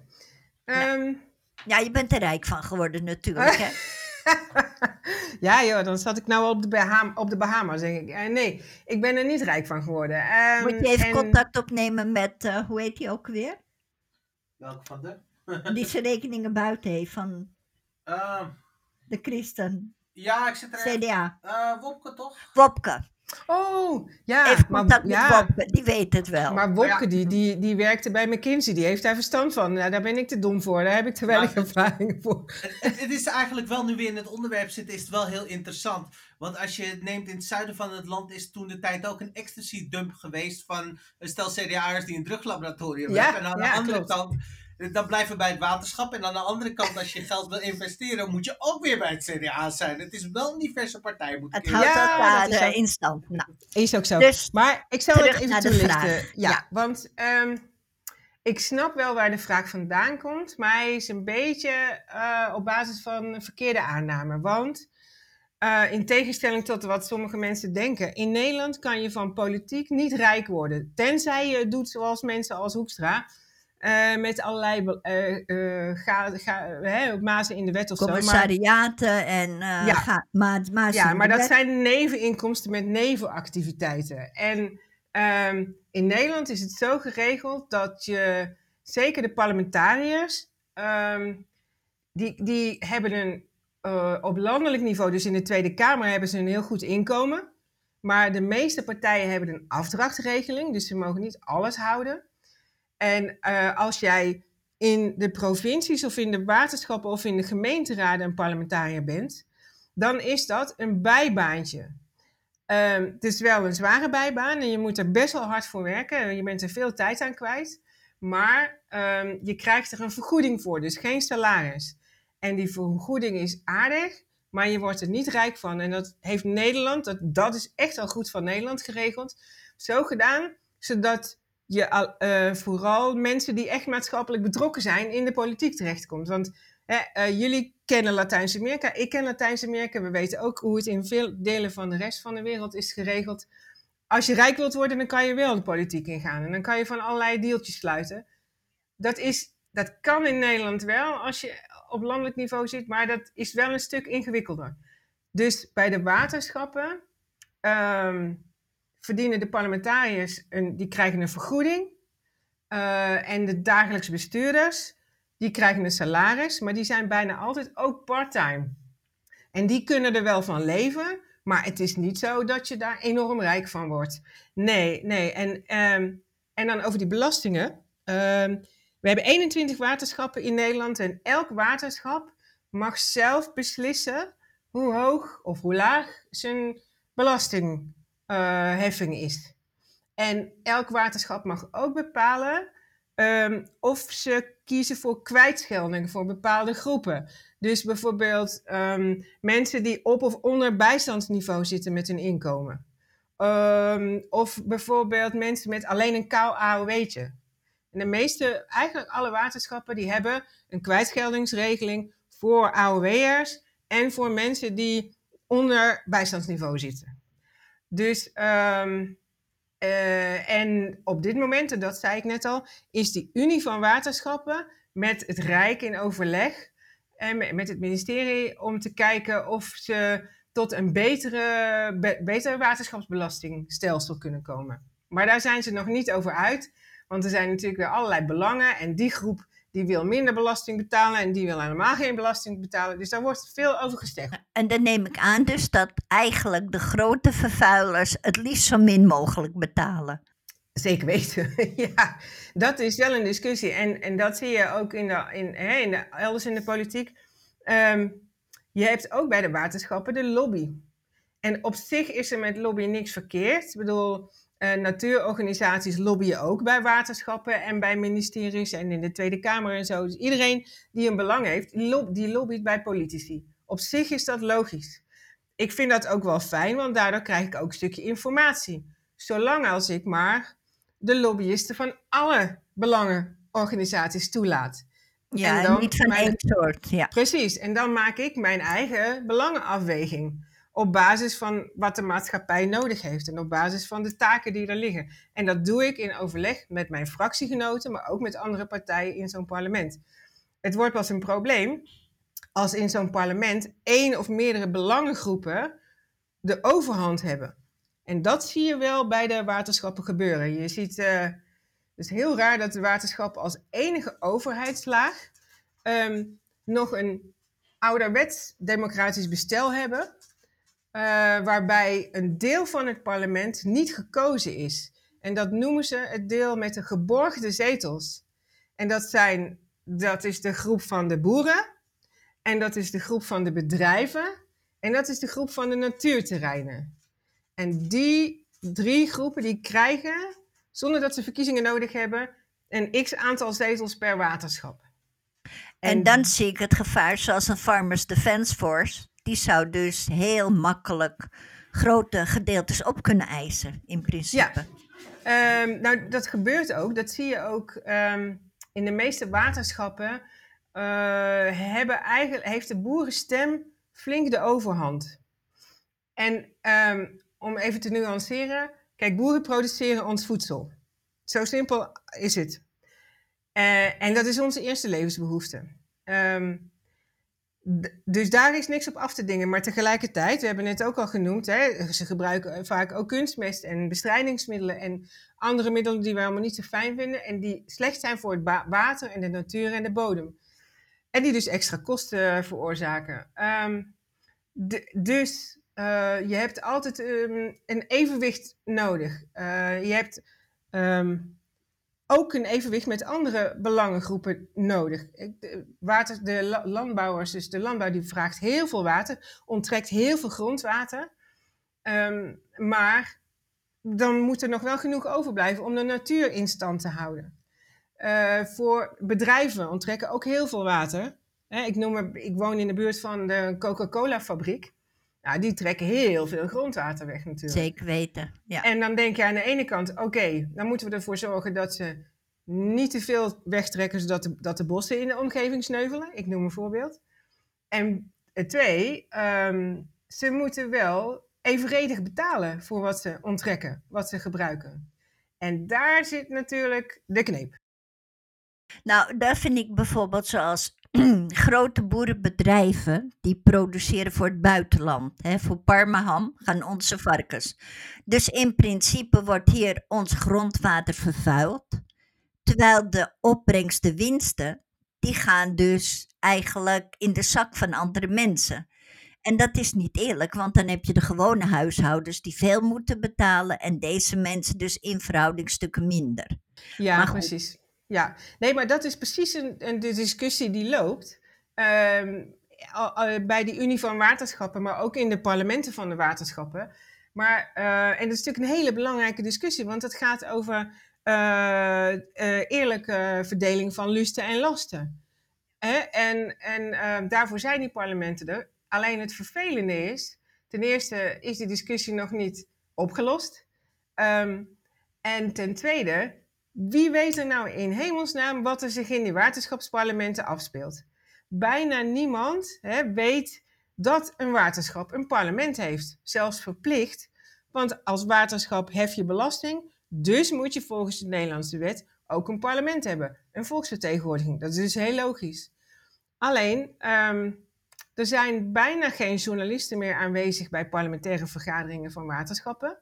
Ja, je bent er rijk van geworden natuurlijk, hè? Ja joh, dan zat ik nou op de Bahama's, denk ik. Nee, ik ben er niet rijk van geworden. Moet je even contact opnemen met, hoe heet die ook weer? Welke van de? Die zijn rekeningen buiten heeft van de Christen. Ja, ik zit er. CDA. Wopke toch? Wopke. Oh, ja. Even contact met Wopke, die weet het wel. Maar Wopke, die werkte bij McKinsey, die heeft daar verstand van. Nou, daar ben ik te dom voor, daar heb ik te weinig ervaring voor. Het is eigenlijk wel, nu we in het onderwerp zitten, is het wel heel interessant. Want als je het neemt, in het zuiden van het land is toen de tijd ook een ecstasy dump geweest van een stel CDA'ers die een druglaboratorium hebben. En aan de andere kant, dan blijven we bij het waterschap. En aan de andere kant, als je geld wil investeren, moet je ook weer bij het CDA zijn. Het is wel een diverse partij. Het houdt elkaar in stand. Nou. Is ook zo. Dus, maar ik zal het even toelichten. Vraag. Ja, want ik snap wel waar de vraag vandaan komt. Maar hij is een beetje op basis van een verkeerde aanname. Want in tegenstelling tot wat sommige mensen denken, in Nederland kan je van politiek niet rijk worden. Tenzij je het doet zoals mensen als Hoekstra. Met allerlei mazen in de wet of zo. Commissariaten en mazen ja, in maar de dat wet. zijn neveninkomsten met nevenactiviteiten. En in Nederland is het zo geregeld dat je, zeker de parlementariërs, die hebben een, op landelijk niveau, dus in de Tweede Kamer, hebben ze een heel goed inkomen. Maar de meeste partijen hebben een afdrachtregeling, dus ze mogen niet alles houden. En als jij in de provincies of in de waterschappen of in de gemeenteraden een parlementariër bent, dan is dat een bijbaantje. Het is wel een zware bijbaan en je moet er best wel hard voor werken. En je bent er veel tijd aan kwijt. Maar je krijgt er een vergoeding voor, dus geen salaris. En die vergoeding is aardig, maar je wordt er niet rijk van. En dat heeft Nederland, dat is echt al goed van Nederland geregeld, zo gedaan, zodat je vooral mensen die echt maatschappelijk betrokken zijn in de politiek terechtkomt. Want jullie kennen Latijns-Amerika, ik ken Latijns-Amerika. We weten ook hoe het in veel delen van de rest van de wereld is geregeld. Als je rijk wilt worden, dan kan je wel de politiek ingaan. En dan kan je van allerlei deeltjes sluiten. Dat kan in Nederland wel als je op landelijk niveau zit, maar dat is wel een stuk ingewikkelder. Dus bij de waterschappen verdienen de parlementariërs, die krijgen een vergoeding. En de dagelijkse bestuurders, die krijgen een salaris, maar die zijn bijna altijd ook part-time. En die kunnen er wel van leven, maar het is niet zo dat je daar enorm rijk van wordt. Nee. En dan over die belastingen. We hebben 21 waterschappen in Nederland en elk waterschap mag zelf beslissen hoe hoog of hoe laag zijn belastingheffing is. En elk waterschap mag ook bepalen of ze kiezen voor kwijtschelding voor bepaalde groepen. Dus bijvoorbeeld mensen die op of onder bijstandsniveau zitten met hun inkomen. Of bijvoorbeeld mensen met alleen een kaal AOW'tje. En de meeste, eigenlijk alle waterschappen, die hebben een kwijtgeldingsregeling voor AOW'ers en voor mensen die onder bijstandsniveau zitten. Dus, en op dit moment, en dat zei ik net al, is die Unie van Waterschappen met het Rijk in overleg en met het ministerie om te kijken of ze tot een beter waterschapsbelastingstelsel kunnen komen. Maar daar zijn ze nog niet over uit, want er zijn natuurlijk weer allerlei belangen en die groep die wil minder belasting betalen en die wil helemaal geen belasting betalen. Dus daar wordt veel over gezegd. En dan neem ik aan dus dat eigenlijk de grote vervuilers het liefst zo min mogelijk betalen. Zeker weten, ja. Dat is wel een discussie. En dat zie je ook elders in de politiek. Je hebt ook bij de waterschappen de lobby. En op zich is er met lobby niks verkeerd. Ik bedoel, natuurorganisaties lobbyen ook bij waterschappen en bij ministeries en in de Tweede Kamer en zo. Dus iedereen die een belang heeft, die lobbyt bij politici. Op zich is dat logisch. Ik vind dat ook wel fijn, want daardoor krijg ik ook een stukje informatie. Zolang als ik maar de lobbyisten van alle belangenorganisaties toelaat. Ja, en niet van één soort. Ja. Precies, en dan maak ik mijn eigen belangenafweging. Op basis van wat de maatschappij nodig heeft en op basis van de taken die er liggen. En dat doe ik in overleg met mijn fractiegenoten, maar ook met andere partijen in zo'n parlement. Het wordt pas een probleem als in zo'n parlement één of meerdere belangengroepen de overhand hebben. En dat zie je wel bij de waterschappen gebeuren. Je ziet, het is heel raar dat de waterschappen als enige overheidslaag nog een ouderwets democratisch bestel hebben, waarbij een deel van het parlement niet gekozen is. En dat noemen ze het deel met de geborgde zetels. En dat is de groep van de boeren, en dat is de groep van de bedrijven, en dat is de groep van de natuurterreinen. En die 3 groepen die krijgen, zonder dat ze verkiezingen nodig hebben, een x-aantal zetels per waterschap. En dan zie ik het gevaar zoals een Farmers Defence Force. Die zou dus heel makkelijk grote gedeeltes op kunnen eisen, in principe. Ja, nou dat gebeurt ook. Dat zie je ook in de meeste waterschappen. Heeft de boerenstem flink de overhand. En om even te nuanceren. Kijk, boeren produceren ons voedsel. Zo simpel is het. En dat is onze eerste levensbehoefte. Dus daar is niks op af te dingen. Maar tegelijkertijd, we hebben het ook al genoemd, ze gebruiken vaak ook kunstmest en bestrijdingsmiddelen en andere middelen die we allemaal niet zo fijn vinden en die slecht zijn voor het water en de natuur en de bodem. En die dus extra kosten veroorzaken. Dus je hebt altijd een evenwicht nodig. Je hebt ook een evenwicht met andere belangengroepen nodig. De landbouwers, dus de landbouw die vraagt heel veel water, onttrekt heel veel grondwater. Maar dan moet er nog wel genoeg overblijven om de natuur in stand te houden. Voor bedrijven onttrekken ook heel veel water. Ik woon in de buurt van de Coca-Cola-fabriek. Nou, die trekken heel veel grondwater weg natuurlijk. Zeker weten, ja. En dan denk je aan de ene kant, oké, dan moeten we ervoor zorgen dat ze niet te veel wegtrekken, zodat de bossen in de omgeving sneuvelen. Ik noem een voorbeeld. En 2, ze moeten wel evenredig betalen voor wat ze onttrekken, wat ze gebruiken. En daar zit natuurlijk de kneep. Nou, daar vind ik bijvoorbeeld zoals grote boerenbedrijven die produceren voor het buitenland. Voor Parmaham gaan onze varkens. Dus in principe wordt hier ons grondwater vervuild. Terwijl de opbrengst, de winsten, die gaan dus eigenlijk in de zak van andere mensen. En dat is niet eerlijk, want dan heb je de gewone huishoudens die veel moeten betalen en deze mensen dus in verhoudingsstukken minder. Ja, precies. Ja, nee, maar dat is precies de discussie die loopt bij die Unie van Waterschappen, maar ook in de parlementen van de waterschappen. Maar, en dat is natuurlijk een hele belangrijke discussie, want het gaat over eerlijke verdeling van lusten en lasten. En daarvoor zijn die parlementen er. Alleen het vervelende is, ten eerste is die discussie nog niet opgelost. En ten tweede, wie weet er nou in hemelsnaam wat er zich in die waterschapsparlementen afspeelt? Bijna niemand weet dat een waterschap een parlement heeft. Zelfs verplicht, want als waterschap hef je belasting, dus moet je volgens de Nederlandse wet ook een parlement hebben. Een volksvertegenwoordiging, dat is dus heel logisch. Alleen, er zijn bijna geen journalisten meer aanwezig bij parlementaire vergaderingen van waterschappen.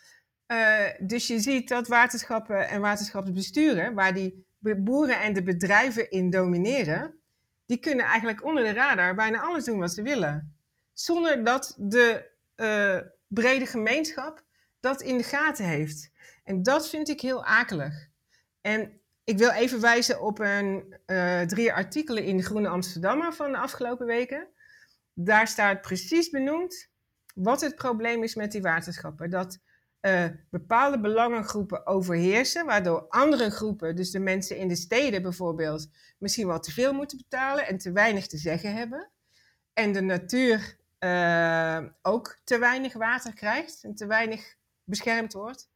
Dus je ziet dat waterschappen en waterschapsbesturen, waar die boeren en de bedrijven in domineren, die kunnen eigenlijk onder de radar bijna alles doen wat ze willen. Zonder dat de brede gemeenschap dat in de gaten heeft. En dat vind ik heel akelig. En ik wil even wijzen op 3 artikelen in de Groene Amsterdammer van de afgelopen weken. Daar staat precies benoemd wat het probleem is met die waterschappen. Dat bepaalde belangengroepen overheersen, waardoor andere groepen, dus de mensen in de steden bijvoorbeeld, misschien wel te veel moeten betalen en te weinig te zeggen hebben. En de natuur ook te weinig water krijgt en te weinig beschermd wordt.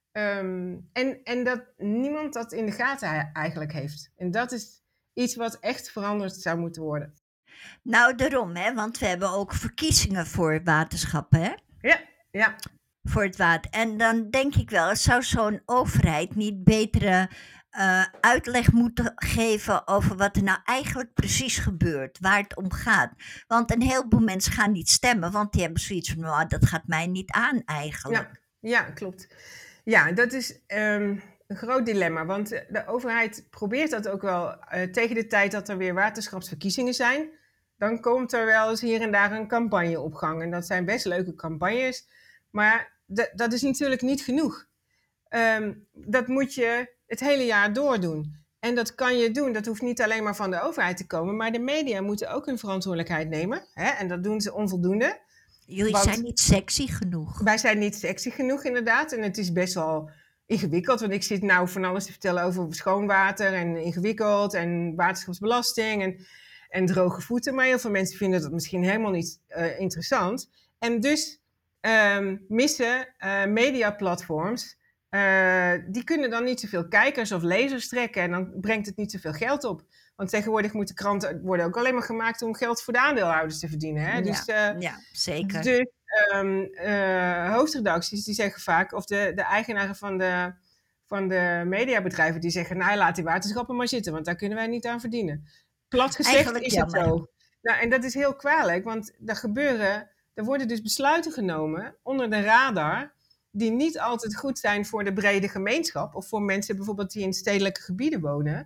En dat niemand dat in de gaten eigenlijk heeft. En dat is iets wat echt veranderd zou moeten worden. Nou, daarom, want we hebben ook verkiezingen voor waterschappen, hè? Ja. Voor het water. En dan denk ik wel, zou zo'n overheid niet betere uitleg moeten geven over wat er nou eigenlijk precies gebeurt, waar het om gaat. Want een heleboel mensen gaan niet stemmen, want die hebben zoiets van, nou, dat gaat mij niet aan eigenlijk. Ja, klopt. Ja, dat is een groot dilemma, want de overheid probeert dat ook wel tegen de tijd dat er weer waterschapsverkiezingen zijn. Dan komt er wel eens hier en daar een campagne op gang. En dat zijn best leuke campagnes, maar dat is natuurlijk niet genoeg. Dat moet je het hele jaar doordoen. En dat kan je doen, dat hoeft niet alleen maar van de overheid te komen, maar de media moeten ook hun verantwoordelijkheid nemen. En dat doen ze onvoldoende. Jullie zijn niet sexy genoeg. Wij zijn niet sexy genoeg, inderdaad. En het is best wel ingewikkeld, want ik zit nou van alles te vertellen over schoonwater en ingewikkeld en waterschapsbelasting en droge voeten. Maar heel veel mensen vinden dat misschien helemaal niet interessant. En dus missen mediaplatforms, die kunnen dan niet zoveel kijkers of lezers trekken en dan brengt het niet zoveel geld op. Want tegenwoordig moeten kranten worden ook alleen maar gemaakt om geld voor de aandeelhouders te verdienen. Hè? Ja, zeker. Dus hoofdredacties die zeggen vaak, of de eigenaren van de mediabedrijven die zeggen, nou laat die waterschappen maar zitten, want daar kunnen wij niet aan verdienen. Plat gezegd eigenlijk is jammer. Het zo. Nou, en dat is heel kwalijk, want er worden dus besluiten genomen onder de radar die niet altijd goed zijn voor de brede gemeenschap of voor mensen bijvoorbeeld die in stedelijke gebieden wonen.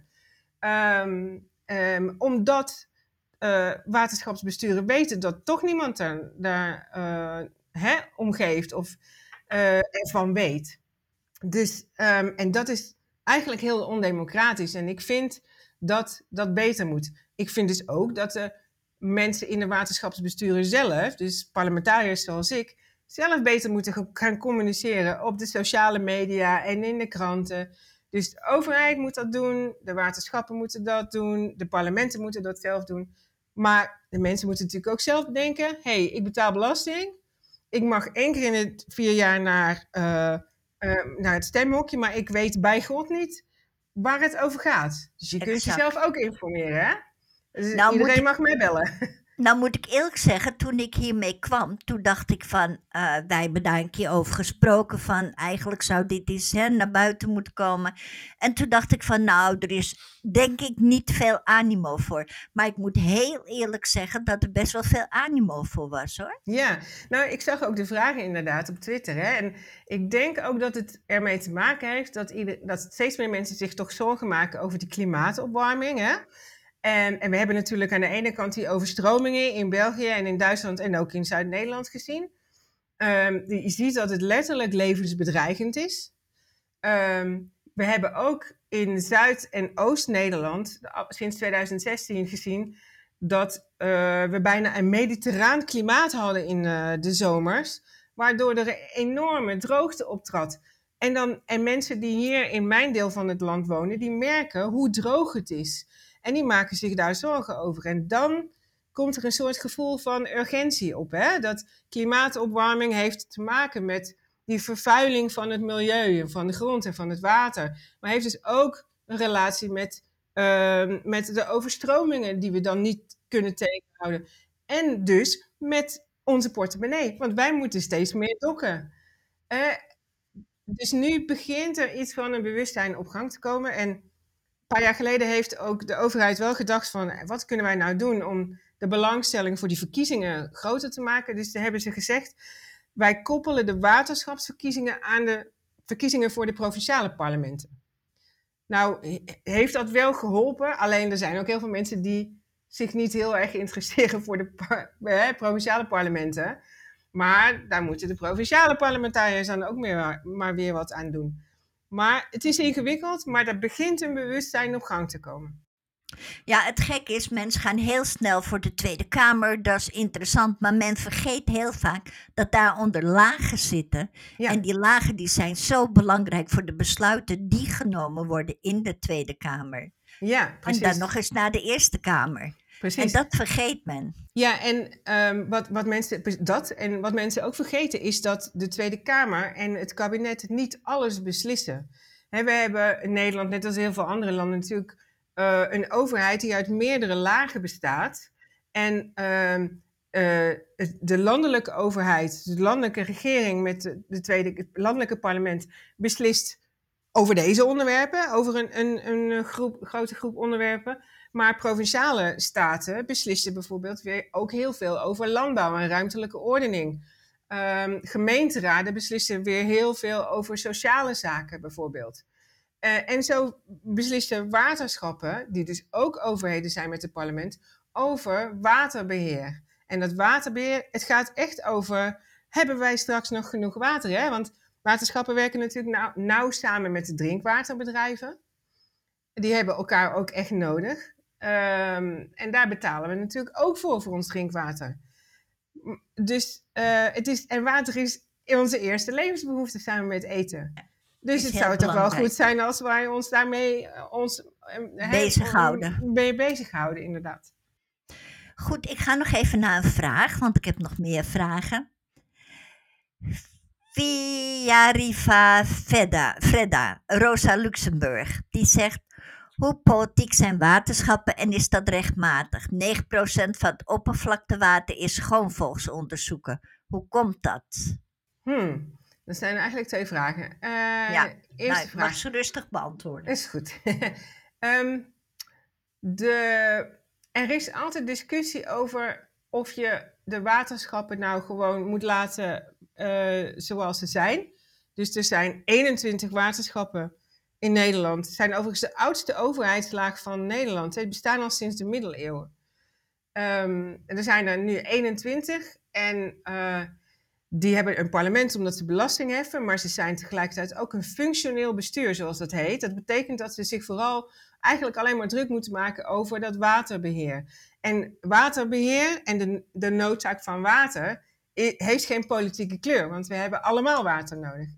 Omdat waterschapsbesturen weten dat toch niemand daar omgeeft of ervan weet. Dus, en dat is eigenlijk heel ondemocratisch. En ik vind dat dat beter moet. Ik vind dus ook dat de mensen in de waterschapsbesturen zelf, dus parlementariërs zoals ik, zelf beter moeten gaan communiceren op de sociale media en in de kranten. Dus de overheid moet dat doen, de waterschappen moeten dat doen, de parlementen moeten dat zelf doen. Maar de mensen moeten natuurlijk ook zelf bedenken, ik betaal belasting, ik mag 1 keer in het 4 jaar naar het stemhokje, maar ik weet bij God niet waar het over gaat. Dus je kunt jezelf ook informeren, hè? Dus iedereen mag mij bellen. Nou moet ik eerlijk zeggen, toen ik hiermee kwam, toen dacht ik van, wij hebben daar een keer over gesproken van, eigenlijk zou dit eens naar buiten moeten komen. En toen dacht ik van, nou, er is denk ik niet veel animo voor. Maar ik moet heel eerlijk zeggen dat er best wel veel animo voor was, hoor. Ja, nou, ik zag ook de vragen inderdaad op Twitter, hè. En ik denk ook dat het ermee te maken heeft dat steeds meer mensen zich toch zorgen maken over die klimaatopwarming, hè. En we hebben natuurlijk aan de ene kant die overstromingen in België en in Duitsland en ook in Zuid-Nederland gezien. Je ziet dat het letterlijk levensbedreigend is. We hebben ook in Zuid- en Oost-Nederland sinds 2016 gezien dat we bijna een mediterraan klimaat hadden in de zomers, waardoor er een enorme droogte optrad. En mensen die hier in mijn deel van het land wonen, die merken hoe droog het is. En die maken zich daar zorgen over. En dan komt er een soort gevoel van urgentie op. Hè? Dat klimaatopwarming heeft te maken met die vervuiling van het milieu, van de grond en van het water. Maar heeft dus ook een relatie met de overstromingen die we dan niet kunnen tegenhouden. En dus met onze portemonnee, want wij moeten steeds meer dokken. Dus nu begint er iets van een bewustzijn op gang te komen. En een paar jaar geleden heeft ook de overheid wel gedacht van, wat kunnen wij nou doen om de belangstelling voor die verkiezingen groter te maken. Dus toen hebben ze gezegd, wij koppelen de waterschapsverkiezingen aan de verkiezingen voor de provinciale parlementen. Nou, heeft dat wel geholpen, alleen er zijn ook heel veel mensen die zich niet heel erg interesseren voor de provinciale parlementen. Maar daar moeten de provinciale parlementariërs dan ook maar weer wat aan doen. Maar het is ingewikkeld, maar er begint een bewustzijn op gang te komen. Ja, het gekke is, mensen gaan heel snel voor de Tweede Kamer. Dat is interessant, maar men vergeet heel vaak dat daaronder lagen zitten. Ja. En die lagen die zijn zo belangrijk voor de besluiten die genomen worden in de Tweede Kamer. Ja, precies. En dan nog eens naar de Eerste Kamer. Precies. En dat vergeet men. Ja, en wat mensen ook vergeten is dat de Tweede Kamer en het kabinet niet alles beslissen. We hebben in Nederland, net als heel veel andere landen natuurlijk, een overheid die uit meerdere lagen bestaat. En de landelijke overheid, de landelijke regering met het landelijke parlement beslist over deze onderwerpen, over een grote groep onderwerpen. Maar provinciale staten beslissen bijvoorbeeld weer ook heel veel over landbouw en ruimtelijke ordening. Gemeenteraden beslissen weer heel veel over sociale zaken bijvoorbeeld. En zo beslissen waterschappen, die dus ook overheden zijn met het parlement, over waterbeheer. En dat waterbeheer, het gaat echt over, hebben wij straks nog genoeg water? Hè? Want waterschappen werken natuurlijk nauw samen met de drinkwaterbedrijven. Die hebben elkaar ook echt nodig. En daar betalen we natuurlijk ook voor ons drinkwater. Dus water is onze eerste levensbehoefte samen met eten. Dus het zou toch wel goed zijn als wij ons daarmee bezighouden, inderdaad. Goed, ik ga nog even naar een vraag, want ik heb nog meer vragen. Via Fredda, Rosa Luxemburg, die zegt: hoe politiek zijn waterschappen en is dat rechtmatig? 9% van het oppervlaktewater is schoon volgens onderzoeken. Hoe komt dat? Dat zijn eigenlijk 2 vragen. Ik mag ze rustig beantwoorden. Is goed. Er is altijd discussie over of je de waterschappen nou gewoon moet laten zoals ze zijn. Dus er zijn 21 waterschappen in Nederland. Het zijn overigens de oudste overheidslaag van Nederland. Ze bestaan al sinds de middeleeuwen. Er zijn er nu 21 en die hebben een parlement omdat ze belasting heffen, maar ze zijn tegelijkertijd ook een functioneel bestuur, zoals dat heet. Dat betekent dat ze zich vooral eigenlijk alleen maar druk moeten maken over dat waterbeheer. En waterbeheer en de noodzaak van water heeft geen politieke kleur, want we hebben allemaal water nodig.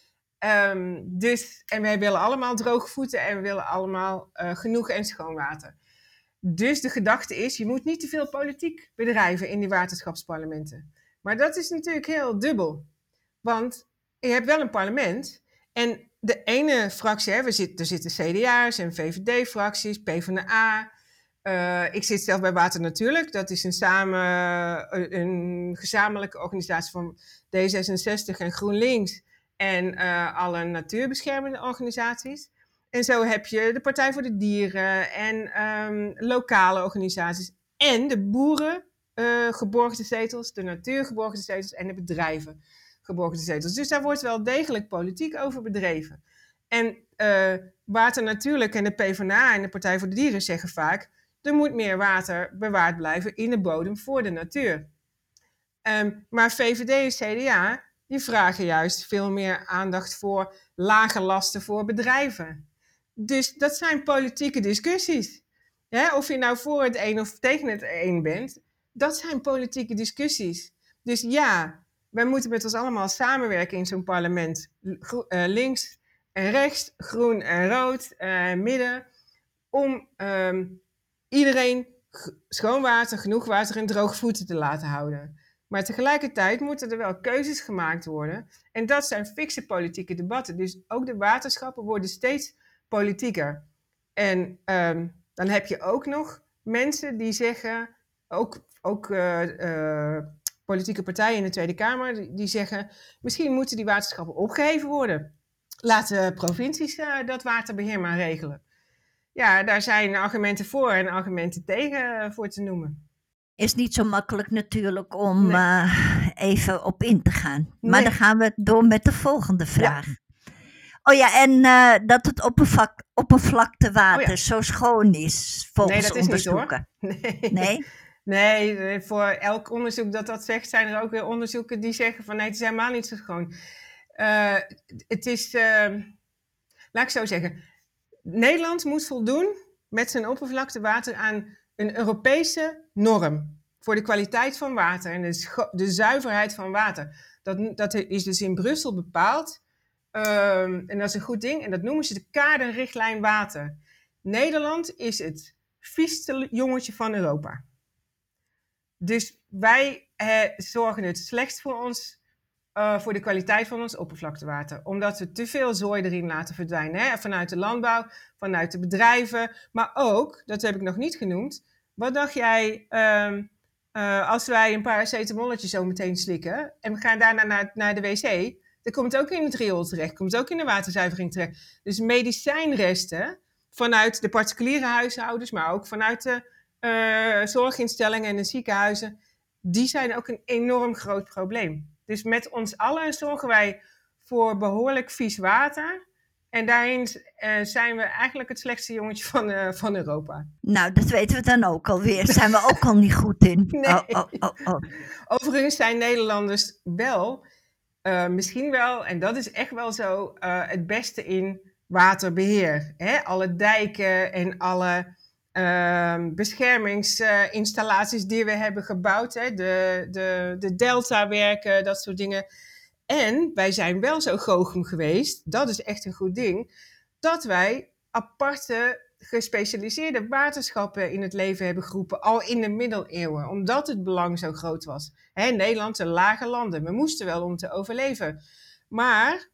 En wij willen allemaal droge voeten en we willen allemaal genoeg en schoon water. Dus de gedachte is, je moet niet te veel politiek bedrijven in die waterschapsparlementen. Maar dat is natuurlijk heel dubbel. Want je hebt wel een parlement en de ene fractie, er zitten CDA's en VVD-fracties, PvdA. Ik zit zelf bij Water Natuurlijk. Dat is een gezamenlijke organisatie van D66 en GroenLinks en alle natuurbeschermende organisaties. En zo heb je de Partij voor de Dieren en lokale organisaties en de boeren geborgde zetels, de natuurgeborgde zetels en de bedrijven geborgde zetels. Dus daar wordt wel degelijk politiek over bedreven. En Water Natuurlijk en de PvdA en de Partij voor de Dieren zeggen vaak: er moet meer water bewaard blijven in de bodem voor de natuur. Maar VVD en CDA die vragen juist veel meer aandacht voor lage lasten voor bedrijven. Dus dat zijn politieke discussies. Of je nou voor het een of tegen het een bent, dat zijn politieke discussies. Dus ja, wij moeten met ons allemaal samenwerken in zo'n parlement. Links en rechts, groen en rood, midden. Om iedereen schoon water, genoeg water en droge voeten te laten houden. Maar tegelijkertijd moeten er wel keuzes gemaakt worden. En dat zijn fikse politieke debatten. Dus ook de waterschappen worden steeds politieker. En dan heb je ook nog mensen die zeggen, ook politieke partijen in de Tweede Kamer, die zeggen, misschien moeten die waterschappen opgeheven worden. Laten provincies dat waterbeheer maar regelen. Ja, daar zijn argumenten voor en argumenten tegen voor te noemen. Is niet zo makkelijk natuurlijk om even op in te gaan. Maar Nee. dan gaan we door met de volgende vraag. Ja. Oh ja, en dat het oppervlaktewater zo schoon is volgens onderzoeken. Niet hoor. Nee? Nee, voor elk onderzoek dat zegt, zijn er ook weer onderzoeken die zeggen van nee, het is helemaal niet zo schoon. Het is, laat ik zo zeggen, Nederland moet voldoen met zijn oppervlaktewater aan een Europese norm voor de kwaliteit van water en de zuiverheid van water. Dat is dus in Brussel bepaald en dat is een goed ding en dat noemen ze de kaderrichtlijn water. Nederland is het vieste jongetje van Europa. Dus wij zorgen het slechtst voor ons, voor de kwaliteit van ons oppervlaktewater. Omdat we te veel zooi erin laten verdwijnen. Hè? Vanuit de landbouw, vanuit de bedrijven. Maar ook, dat heb ik nog niet genoemd. Wat dacht jij als wij een paracetamolletje zo meteen slikken en we gaan daarna naar de wc, dan komt het ook in het riool terecht, komt het ook in de waterzuivering terecht. Dus medicijnresten vanuit de particuliere huishoudens, maar ook vanuit de zorginstellingen en de ziekenhuizen, die zijn ook een enorm groot probleem. Dus met ons allen zorgen wij voor behoorlijk vies water. En daarin zijn we eigenlijk het slechtste jongetje van Europa. Nou, dat weten we dan ook alweer. Zijn we ook al niet goed in. Nee. Oh. Overigens zijn Nederlanders wel, misschien wel, en dat is echt wel zo, het beste in waterbeheer. Hè? Alle dijken en alle beschermingsinstallaties die we hebben gebouwd. Hè? De deltawerken, dat soort dingen. En wij zijn wel zo goochem geweest, dat is echt een goed ding, dat wij aparte gespecialiseerde waterschappen in het leven hebben geroepen, al in de middeleeuwen, omdat het belang zo groot was. Hè, Nederland, de lage landen, we moesten wel om te overleven. Maar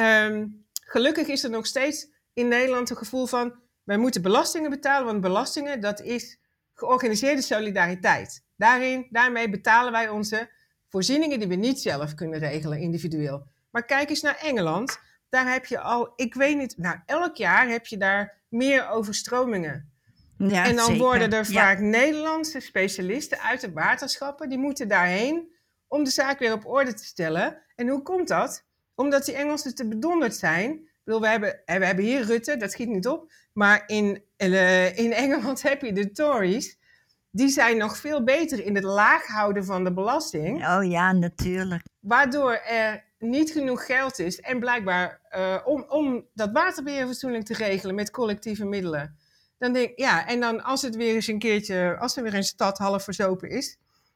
gelukkig is er nog steeds in Nederland een gevoel van, wij moeten belastingen betalen, want belastingen, dat is georganiseerde solidariteit. Daarmee betalen wij onze voorzieningen die we niet zelf kunnen regelen, individueel. Maar kijk eens naar Engeland. Daar heb je al, ik weet niet, elk jaar heb je daar meer overstromingen. Ja, en dan zeker. worden er vaak Nederlandse specialisten uit de waterschappen, die moeten daarheen om de zaak weer op orde te stellen. En hoe komt dat? Omdat die Engelsen te bedonderd zijn. We hebben hier Rutte, dat schiet niet op. Maar in Engeland heb je de Tories. Die zijn nog veel beter in het laag houden van de belasting. Oh ja, natuurlijk. Waardoor er niet genoeg geld is. En blijkbaar om dat waterbeheer fatsoenlijk te regelen met collectieve middelen. Dan denk ik, ja, en dan als het weer eens een keertje, als er weer een stad half verzopen is,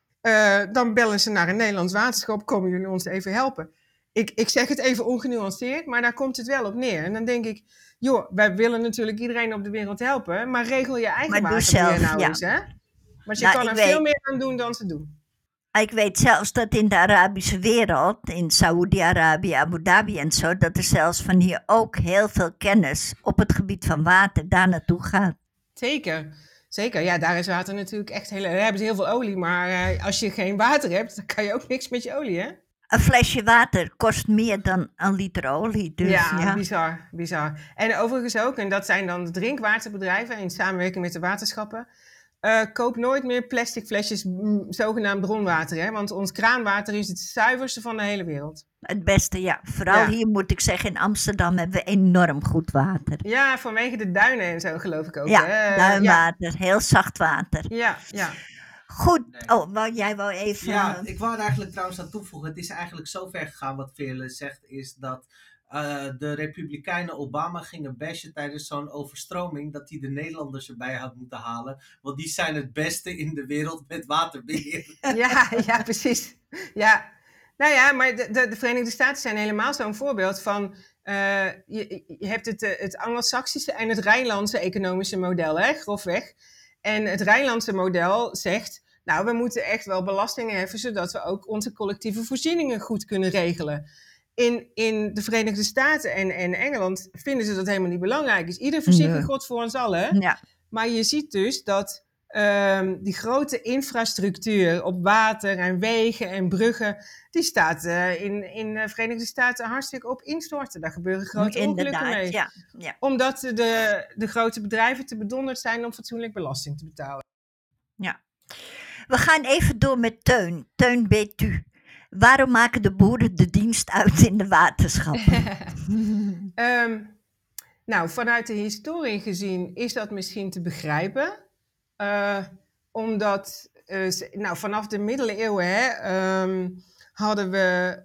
dan bellen ze naar een Nederlands waterschap, komen jullie ons even helpen. Ik zeg het even ongenuanceerd, maar daar komt het wel op neer. En dan denk ik, joh, wij willen natuurlijk iedereen op de wereld helpen, maar regel je eigen waterbeheer eens, hè? Want je kan er veel meer aan doen dan ze doen. Ik weet zelfs dat in de Arabische wereld, in Saoedi-Arabië, Abu Dhabi en zo, dat er zelfs van hier ook heel veel kennis op het gebied van water daar naartoe gaat. Zeker. Ja, daar is water natuurlijk echt daar hebben ze heel veel olie, maar als je geen water hebt, dan kan je ook niks met je olie, hè? Een flesje water kost meer dan een liter olie. Dus, ja, bizar. En overigens ook, en dat zijn dan de drinkwaterbedrijven in samenwerking met de waterschappen. Koop nooit meer plastic flesjes, zogenaamd bronwater. Hè? Want ons kraanwater is het zuiverste van de hele wereld. Het beste, ja. Vooral hier moet ik zeggen, in Amsterdam hebben we enorm goed water. Ja, vanwege de duinen en zo geloof ik ook. Ja, duinwater. Heel zacht water. Ja. Goed. Oh, jij wou even... Ja, ik wou er eigenlijk trouwens aan toevoegen. Het is eigenlijk zo ver gegaan wat Veerle zegt, is dat de Republikeinen Obama gingen bashen tijdens zo'n overstroming, dat hij de Nederlanders erbij had moeten halen. Want die zijn het beste in de wereld met waterbeheer. Ja, precies. Ja. Nou ja, maar de Verenigde Staten zijn helemaal zo'n voorbeeld van... je hebt het Anglo-Saxische en het Rijnlandse economische model, hè, grofweg. En het Rijnlandse model zegt Nou, we moeten echt wel belastingen heffen, zodat we ook onze collectieve voorzieningen goed kunnen regelen. In de Verenigde Staten en Engeland vinden ze dat helemaal niet belangrijk. Dus ieder verzekert God voor ons allen. Ja. Maar je ziet dus dat die grote infrastructuur op water en wegen en bruggen, die staat in de Verenigde Staten hartstikke op instorten. Daar gebeuren grote ongelukken mee. Ja. Ja. Omdat de grote bedrijven te bedonderd zijn om fatsoenlijk belasting te betalen. Ja. We gaan even door met Teun. Teun Betu. Waarom maken de boeren de dienst uit in de waterschappen? Nou, vanuit de historie gezien is dat misschien te begrijpen. Omdat vanaf de middeleeuwen hadden we...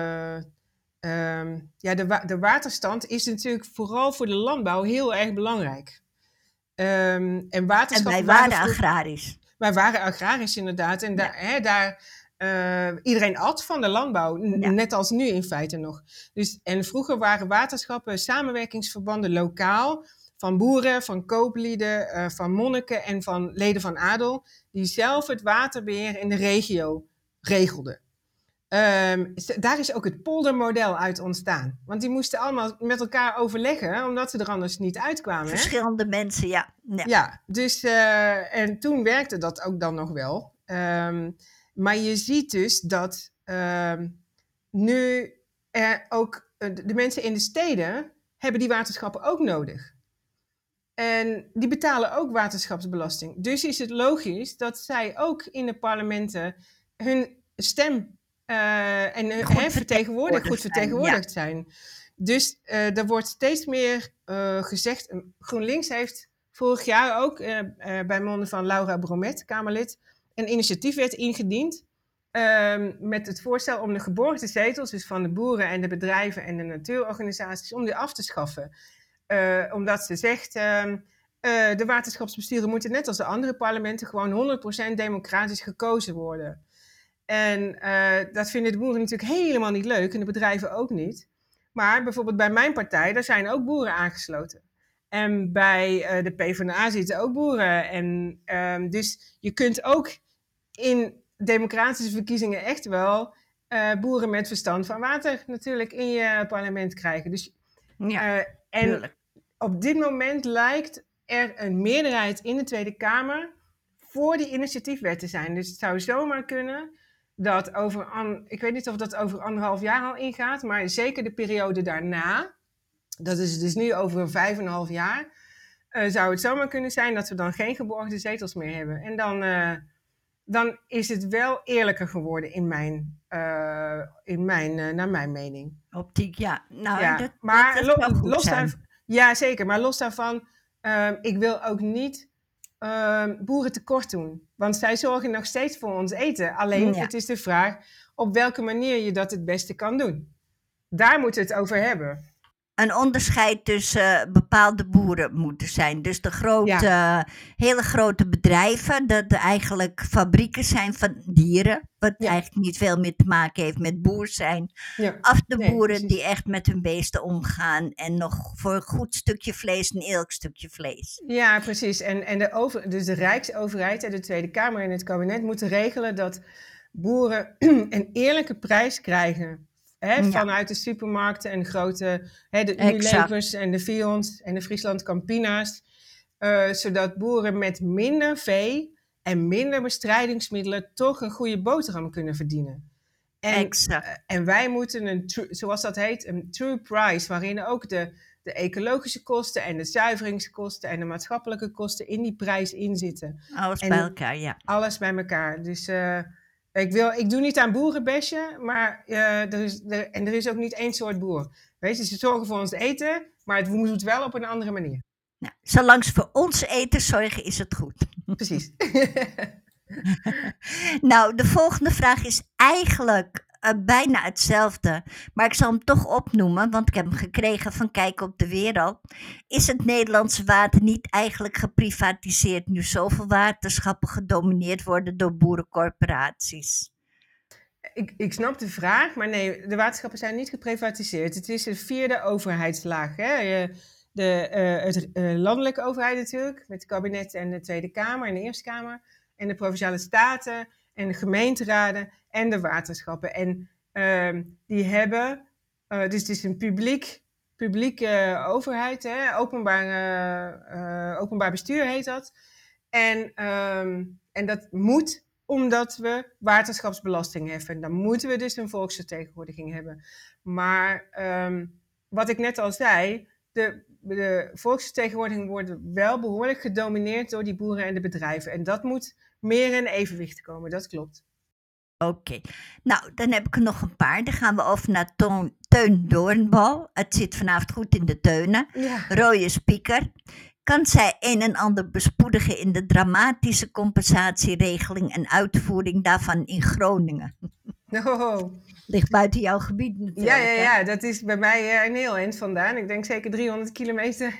de waterstand is natuurlijk vooral voor de landbouw heel erg belangrijk. En wij waren agrarisch. Wij waren agrarisch inderdaad. En iedereen at van de landbouw, net als nu in feite nog. En vroeger waren waterschappen samenwerkingsverbanden lokaal van boeren, van kooplieden, van monniken en van leden van adel, die zelf het waterbeheer in de regio regelden. Daar is ook het poldermodel uit ontstaan. Want die moesten allemaal met elkaar overleggen, omdat ze er anders niet uitkwamen. Verschillende mensen, ja. Ja, dus en toen werkte dat ook dan nog wel. Maar je ziet dus dat nu ook de mensen in de steden hebben die waterschappen ook nodig. En die betalen ook waterschapsbelasting. Dus is het logisch dat zij ook in de parlementen hun stem goed vertegenwoordigd zijn. Dus er wordt steeds meer gezegd. GroenLinks heeft vorig jaar ook bij monden van Laura Bromet, Kamerlid, een initiatiefwet ingediend met het voorstel om de geborgde zetels, dus van de boeren en de bedrijven en de natuurorganisaties, om die af te schaffen. Omdat ze zegt, de waterschapsbesturen moeten net als de andere parlementen gewoon 100% democratisch gekozen worden. En dat vinden de boeren natuurlijk helemaal niet leuk en de bedrijven ook niet. Maar bijvoorbeeld bij mijn partij, daar zijn ook boeren aangesloten. En bij de PvdA zitten ook boeren. En dus je kunt ook in democratische verkiezingen echt wel boeren met verstand van water natuurlijk in je parlement krijgen. Dus, en op dit moment lijkt er een meerderheid in de Tweede Kamer voor die initiatiefwet te zijn. Dus het zou zomaar kunnen dat ik weet niet of dat over 1,5 jaar al ingaat, maar zeker de periode daarna, dat is dus nu over 5,5 jaar, zou het zomaar kunnen zijn dat we dan geen geborgde zetels meer hebben. En dan is het wel eerlijker geworden naar mijn mening. Optiek, ja. Nou, ja. Zeker. Maar los daarvan, ik wil ook niet boeren tekort doen. Want zij zorgen nog steeds voor ons eten. Alleen, het is de vraag op welke manier je dat het beste kan doen. Daar moeten we het over hebben. Een onderscheid tussen bepaalde boeren moeten zijn. Dus de hele grote bedrijven, dat eigenlijk fabrieken zijn van dieren, wat eigenlijk niet veel meer te maken heeft met boer zijn. Ja. Af de boeren die echt met hun beesten omgaan en nog voor een goed stukje vlees, een eerlijk stukje vlees. Ja, precies. En dus de Rijksoverheid en de Tweede Kamer en het kabinet moeten regelen dat boeren een eerlijke prijs krijgen. Vanuit de supermarkten en grote, de Unilevers en de Vions en de Friesland Campina's. Zodat boeren met minder vee en minder bestrijdingsmiddelen toch een goede boterham kunnen verdienen. En wij moeten zoals dat heet, een true price, waarin ook de ecologische kosten en de zuiveringskosten en de maatschappelijke kosten in die prijs inzitten. Alles bij elkaar, ja. Alles bij elkaar. Dus ik doe niet aan boerenbesje, maar er is ook niet één soort boer. Weet je, ze zorgen voor ons eten, maar het moet wel op een andere manier. Nou, zolang ze voor ons eten zorgen, is het goed. Precies. Nou, de volgende vraag is eigenlijk bijna hetzelfde, maar ik zal hem toch opnoemen, want ik heb hem gekregen van Kijk op de Wereld. Is het Nederlandse water niet eigenlijk geprivatiseerd nu zoveel waterschappen gedomineerd worden door boerencorporaties? Ik snap de vraag, maar nee, de waterschappen zijn niet geprivatiseerd. Het is een 4e overheidslaag. Hè? De landelijke overheid natuurlijk, met het kabinet en de Tweede Kamer en de Eerste Kamer. en de Provinciale Staten en de gemeenteraden en de waterschappen. En die hebben, dus het is een publieke overheid, hè, openbaar bestuur heet dat. En dat moet omdat we waterschapsbelasting heffen. Dan moeten we dus een volksvertegenwoordiging hebben. Maar wat ik net al zei, de volksvertegenwoordiging wordt wel behoorlijk gedomineerd door die boeren en de bedrijven. En dat moet meer in evenwicht komen, dat klopt. Oké. Nou, dan heb ik er nog een paar. Dan gaan we over naar Teun Doornbal. Het zit vanavond goed in de teunen. Ja. Rode speaker. Kan zij een en ander bespoedigen in de dramatische compensatieregeling en uitvoering daarvan in Groningen? Oh. Ligt buiten jouw gebied natuurlijk. Ja, dat is bij mij een heel eind vandaan. Ik denk zeker 300 kilometer.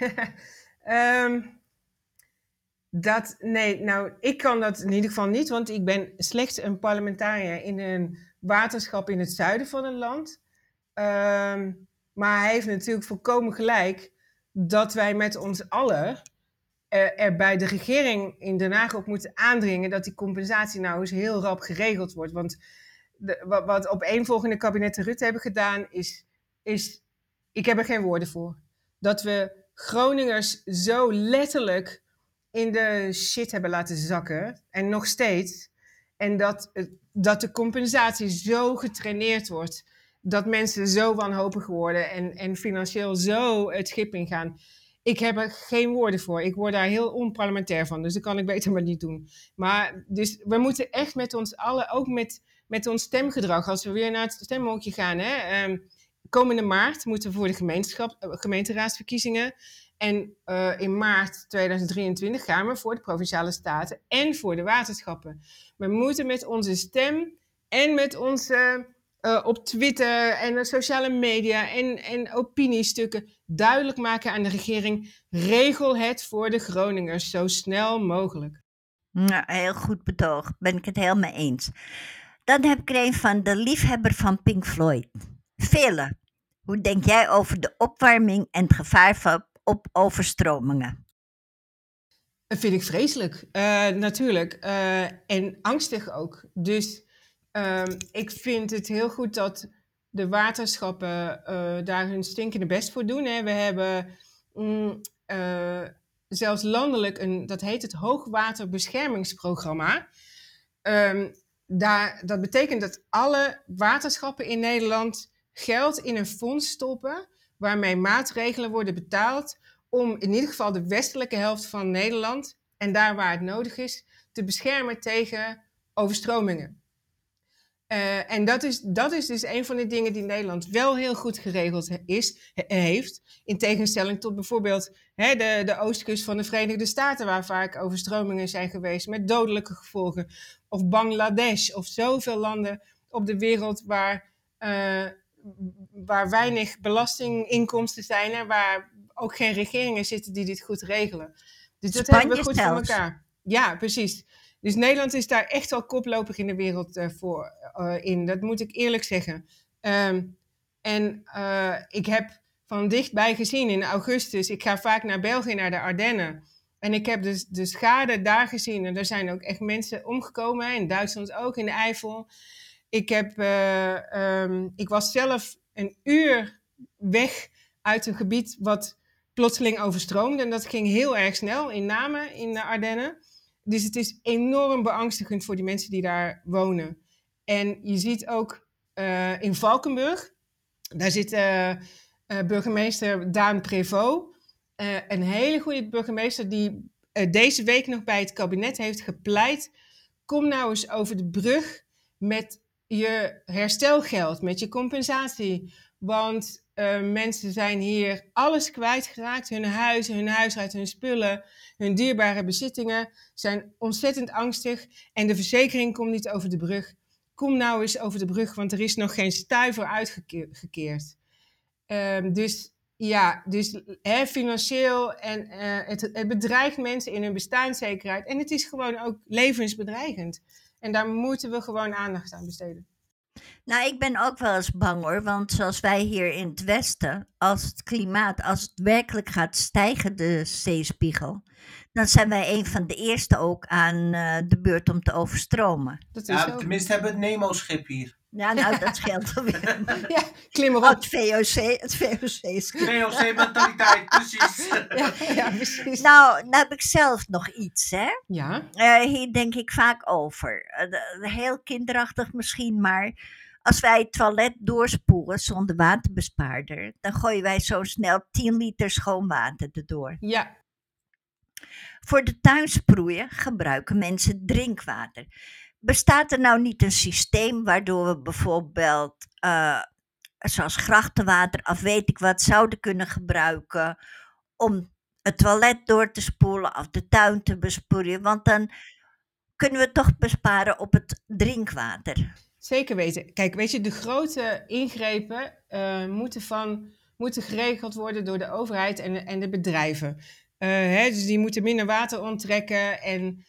Ik kan dat in ieder geval niet, want ik ben slechts een parlementariër in een waterschap in het zuiden van het land. Maar hij heeft natuurlijk volkomen gelijk dat wij met ons allen er bij de regering in Den Haag op moeten aandringen dat die compensatie nou eens heel rap geregeld wordt. Want wat opeenvolgende kabinetten Rutte hebben gedaan is, ik heb er geen woorden voor, dat we Groningers zo letterlijk in de shit hebben laten zakken. En nog steeds. En dat de compensatie zo getraineerd wordt. Dat mensen zo wanhopig worden. En financieel zo het schip ingaan. Ik heb er geen woorden voor. Ik word daar heel onparlementair van. Dus dat kan ik beter maar niet doen. Maar dus we moeten echt met ons allen, ook met ons stemgedrag. Als we weer naar het stemhokje gaan. Komende maart moeten we voor de gemeenteraadsverkiezingen. En in maart 2023 gaan we voor de Provinciale Staten en voor de waterschappen. We moeten met onze stem en met onze op Twitter en de sociale media en opiniestukken duidelijk maken aan de regering: regel het voor de Groningers zo snel mogelijk. Nou, heel goed betoog. Ben ik het helemaal eens. Dan heb ik er een van de liefhebber van Pink Floyd. Ville, hoe denk jij over de opwarming en het gevaar op overstromingen? Dat vind ik vreselijk, natuurlijk. En angstig ook. Dus ik vind het heel goed dat de waterschappen daar hun stinkende best voor doen. Hè. We hebben zelfs landelijk dat heet het Hoogwaterbeschermingsprogramma. Dat betekent dat alle waterschappen in Nederland geld in een fonds stoppen, waarmee maatregelen worden betaald om in ieder geval de westelijke helft van Nederland, en daar waar het nodig is, te beschermen tegen overstromingen. En dat is dus een van de dingen die Nederland wel heel goed geregeld heeft. In tegenstelling tot bijvoorbeeld de oostkust van de Verenigde Staten, waar vaak overstromingen zijn geweest met dodelijke gevolgen. Of Bangladesh, of zoveel landen op de wereld waar weinig belastinginkomsten zijn en waar ook geen regeringen zitten die dit goed regelen. Dus dat hebben we goed voor elkaar. Ja, precies. Dus Nederland is daar echt wel koploper in de wereld voor in. Dat moet ik eerlijk zeggen. Ik heb van dichtbij gezien in augustus. Ik ga vaak naar België, naar de Ardennen. En ik heb dus de schade daar gezien. En er zijn ook echt mensen omgekomen. In Duitsland ook, in de Eifel. Ik was zelf een uur weg uit een gebied wat plotseling overstroomde. En dat ging heel erg snel, in Namen, in de Ardennen. Dus het is enorm beangstigend voor die mensen die daar wonen. En je ziet ook in Valkenburg, daar zit burgemeester Daan Prévost. Een hele goede burgemeester die deze week nog bij het kabinet heeft gepleit: kom nou eens over de brug met je herstelgeld, met je compensatie. Want mensen zijn hier alles kwijtgeraakt. Hun huizen, hun huisraad, hun spullen, hun dierbare bezittingen zijn ontzettend angstig. En de verzekering komt niet over de brug. Kom nou eens over de brug, want er is nog geen stuiver uitgekeerd. Financieel en het bedreigt mensen in hun bestaanszekerheid. En het is gewoon ook levensbedreigend. En daar moeten we gewoon aandacht aan besteden. Nou, ik ben ook wel eens bang hoor, want zoals wij hier in het westen, als het werkelijk gaat stijgen, de zeespiegel, dan zijn wij een van de eerste ook aan de beurt om te overstromen. Dat is zo. Tenminste hebben we het Nemo-schip hier. Ja, nou, dat scheelt alweer. Ja, klim Oh, erop. het VOC is... VOC-mentaliteit, precies. Ja, precies. Nou heb ik zelf nog iets, hè. Ja, Hier denk ik vaak over. Heel kinderachtig misschien, maar als wij het toilet doorspoelen zonder waterbespaarder, dan gooien wij zo snel 10 liter schoon water erdoor. ja. Voor de tuinsproeien gebruiken mensen drinkwater. Bestaat er nou niet een systeem waardoor we bijvoorbeeld, zoals grachtenwater of weet ik wat, zouden kunnen gebruiken om het toilet door te spoelen of de tuin te besproeien? Want dan kunnen we toch besparen op het drinkwater. Zeker weten. Kijk, weet je, de grote ingrepen moeten geregeld worden door de overheid en de bedrijven. Dus die moeten minder water onttrekken en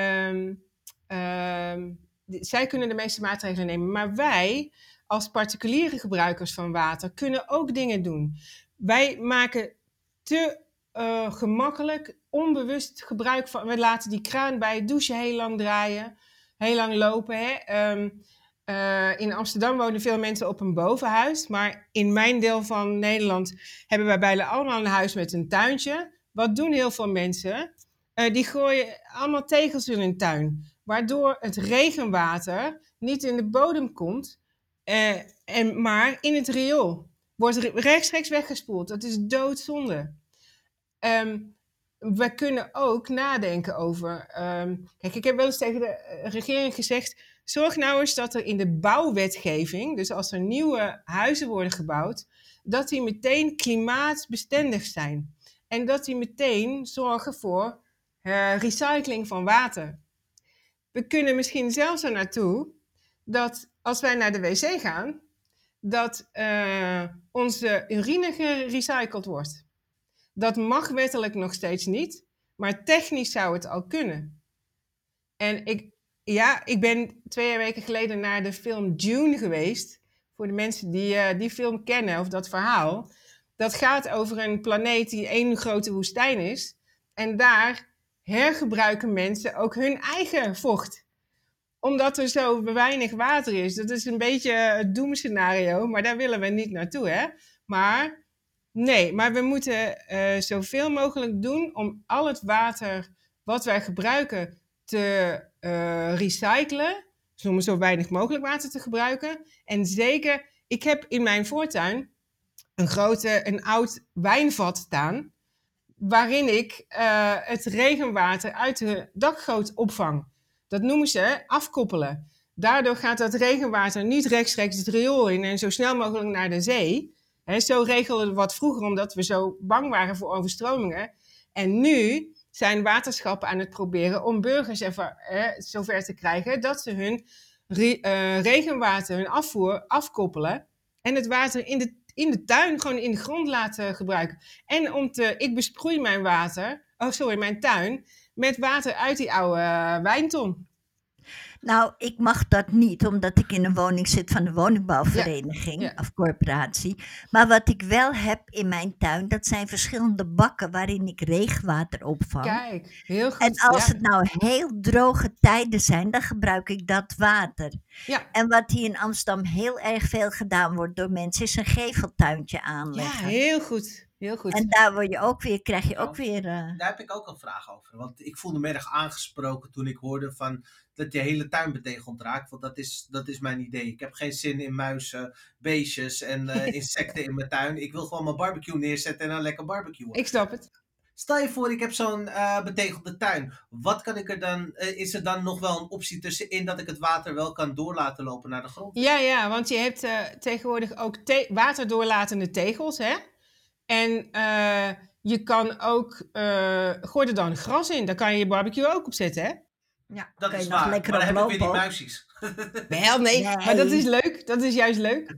zij kunnen de meeste maatregelen nemen. Maar wij, als particuliere gebruikers van water, kunnen ook dingen doen. Wij maken te gemakkelijk, onbewust gebruik van... We laten die kraan bij het douchen heel lang draaien, heel lang lopen, hè. In Amsterdam wonen veel mensen op een bovenhuis. Maar in mijn deel van Nederland hebben wij bijna allemaal een huis met een tuintje. Wat doen heel veel mensen? Die gooien allemaal tegels in hun tuin. Waardoor het regenwater niet in de bodem komt, maar in het riool. Wordt rechtstreeks weggespoeld. Dat is doodzonde. We kunnen ook nadenken over... kijk, ik heb wel eens tegen de regering gezegd... Zorg nou eens dat er in de bouwwetgeving, dus als er nieuwe huizen worden gebouwd, dat die meteen klimaatbestendig zijn. En dat die meteen zorgen voor recycling van water. We kunnen misschien zelfs er naartoe dat als wij naar de wc gaan, dat onze urine gerecycled wordt. Dat mag wettelijk nog steeds niet, maar technisch zou het al kunnen. En ik ben 2 weken geleden naar de film Dune geweest. Voor de mensen die film kennen of dat verhaal. Dat gaat over een planeet die één grote woestijn is. En daar hergebruiken mensen ook hun eigen vocht. Omdat er zo weinig water is. Dat is een beetje het doemscenario, maar daar willen we niet naartoe, hè. Maar we moeten zoveel mogelijk doen om al het water wat wij gebruiken te recyclen, dus om zo weinig mogelijk water te gebruiken. En zeker, ik heb in mijn voortuin een oud wijnvat staan, waarin ik het regenwater uit de dakgoot opvang. Dat noemen ze afkoppelen. Daardoor gaat dat regenwater niet rechtstreeks het riool in en zo snel mogelijk naar de zee. Zo regelden we wat vroeger, omdat we zo bang waren voor overstromingen. En nu zijn waterschappen aan het proberen om burgers zover te krijgen dat ze hun regenwater, hun afvoer afkoppelen en het water in de tuin, gewoon in de grond laten gebruiken. En ik besproei mijn tuin met water uit die oude wijnton. Nou, ik mag dat niet, omdat ik in een woning zit van de woningbouwvereniging of corporatie. Maar wat ik wel heb in mijn tuin, dat zijn verschillende bakken waarin ik regenwater opvang. Kijk, heel goed. En als het nou heel droge tijden zijn, dan gebruik ik dat water. Ja. En wat hier in Amsterdam heel erg veel gedaan wordt door mensen, is een geveltuintje aanleggen. Ja, heel goed. Heel goed. En daar krijg je ook weer... Daar heb ik ook een vraag over. Want ik voelde me erg aangesproken toen ik hoorde van dat je hele tuin betegeld raakt. Want dat is mijn idee. Ik heb geen zin in muizen, beestjes en insecten in mijn tuin. Ik wil gewoon mijn barbecue neerzetten en dan lekker barbecuen. Ik snap het. Stel je voor, ik heb zo'n betegelde tuin. Wat kan ik er dan... is er dan nog wel een optie tussenin dat ik het water wel kan door laten lopen naar de grond? Ja, want je hebt tegenwoordig ook waterdoorlatende tegels, hè? En je kan ook... gooi er dan gras in. Daar kan je je barbecue ook op zetten, hè? Ja, Dat kan is je nog waar, lekker maar dan heb ik weer die oplopen. muisjes. Wel, nee. Maar dat is leuk. Dat is juist leuk.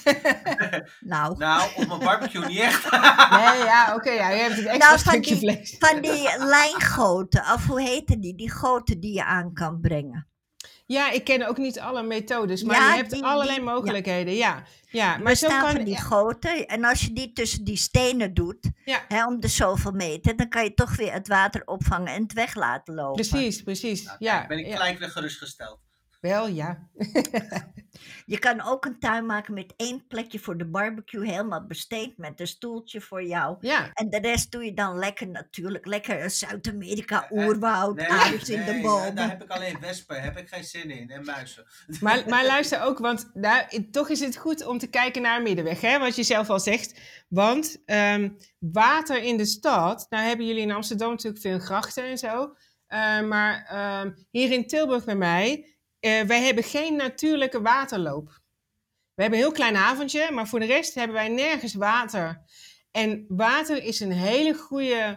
Nou, Nou, op mijn barbecue niet echt. Nee, ja, oké. Je hebt een extra stukje vlees. Van die lijngoten, of hoe heten die? Die goten die je aan kan brengen. Ja, ik ken ook niet alle methodes, maar Ja, je hebt allerlei mogelijkheden. Ja. Ja, Er maar zo staan kan... van die goten. En als je die tussen die stenen doet, Ja, om de zoveel meter, dan kan je toch weer het water opvangen en het weg laten lopen. precies. Nou, kijk, Ja, ben ik gelijk weer gerustgesteld. wel, ja. Je kan ook een tuin maken met 1 plekje voor de barbecue, helemaal besteed met een stoeltje voor jou. Ja, En de rest doe je dan lekker natuurlijk. Lekker Zuid-Amerika, Nee, oerwoud, aardappels in de daar bomen. heb ik alleen wespen, heb ik geen zin in. En muizen. maar luister ook, want toch is het goed om te kijken naar een middenweg, hè, wat je zelf al zegt. Want water in de stad, nou hebben jullie in Amsterdam natuurlijk veel grachten en zo. Maar hier in Tilburg bij mij, wij hebben geen natuurlijke waterloop. We hebben een heel klein haventje, maar voor de rest hebben wij nergens water. En water is een hele goede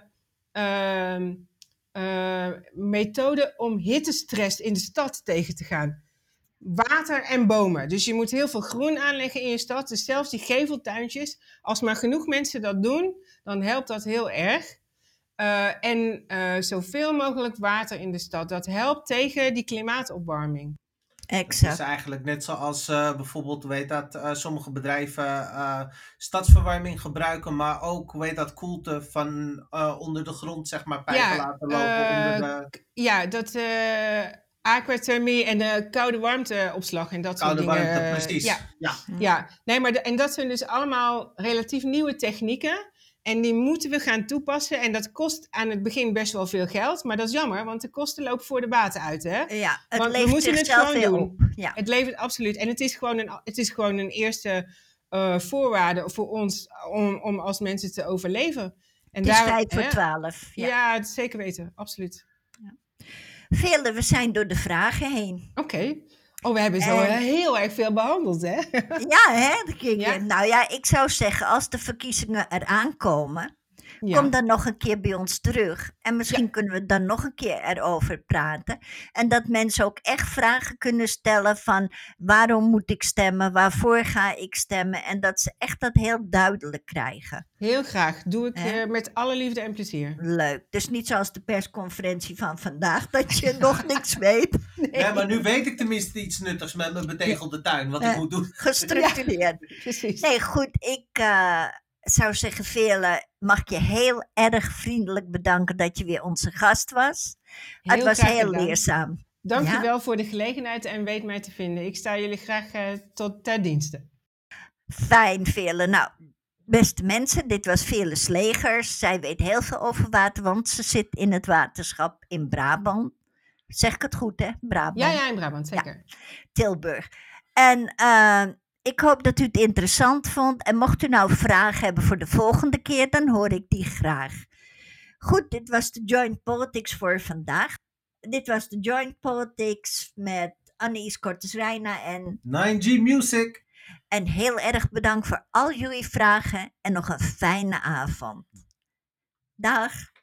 methode om hittestress in de stad tegen te gaan. Water en bomen. Dus je moet heel veel groen aanleggen in je stad. Dus zelfs die geveltuintjes. Als maar genoeg mensen dat doen, dan helpt dat heel erg. En zoveel mogelijk water in de stad. Dat helpt tegen die klimaatopwarming. Het is Exact. eigenlijk net zoals bijvoorbeeld, weet dat, sommige bedrijven stadsverwarming gebruiken, maar ook, weet dat, koelte van onder de grond, zeg maar, pijpen laten lopen onder de Ja, dat aquathermie en de koude warmteopslag en dat koude soort dingen. warmte, precies. Ja. Nee, maar en dat zijn dus allemaal relatief nieuwe technieken. En die moeten we gaan toepassen. En dat kost aan het begin best wel veel geld. Maar dat is jammer, want de kosten lopen voor de baten uit, hè? Ja, het Want we levert moeten het zichzelf gewoon weer doen. op. Ja. Het levert absoluut. En het is gewoon een eerste voorwaarde voor ons om als mensen te overleven. En Het is 11:55. Ja. Ja, het zeker weten. Absoluut. Veerle, we zijn door de vragen heen. Oké. Oh, we hebben zo heel erg veel behandeld, hè? Ja, hè? Ja. Nou ja, ik zou zeggen, als de verkiezingen eraan komen, Ja. kom dan nog een keer bij ons terug. En misschien kunnen we dan nog een keer erover praten. En dat mensen ook echt vragen kunnen stellen van waarom moet ik stemmen, waarvoor ga ik stemmen. En dat ze echt dat heel duidelijk krijgen. Heel graag. Doe ik met alle liefde en plezier. Leuk. Dus niet zoals de persconferentie van vandaag, dat je nog niks weet. Nee, maar nu weet ik tenminste iets nuttigs met mijn betegelde tuin, wat ik moet doen. Gestructureerd. Precies. Nee, goed. Ik zou zeggen, Veerle, mag ik je heel erg vriendelijk bedanken dat je weer onze gast was. Het was graag heel gedaan. leerzaam. Dank je Ja? wel voor de gelegenheid en weet mij te vinden. Ik sta jullie graag tot ter dienste. Fijn, Veerle. Nou, beste mensen, dit was Veerle Slegers. Zij weet heel veel over water, want ze zit in het waterschap in Brabant. Zeg ik het goed, hè? Brabant. Ja, in Brabant, zeker. Tilburg. En ik hoop dat u het interessant vond. En mocht u nou vragen hebben voor de volgende keer, dan hoor ik die graag. Goed, dit was de Joint Politics voor vandaag. Dit was de Joint Politics met Annies Cortes-Reina en 9G Music. En heel erg bedankt voor al jullie vragen en nog een fijne avond. Dag.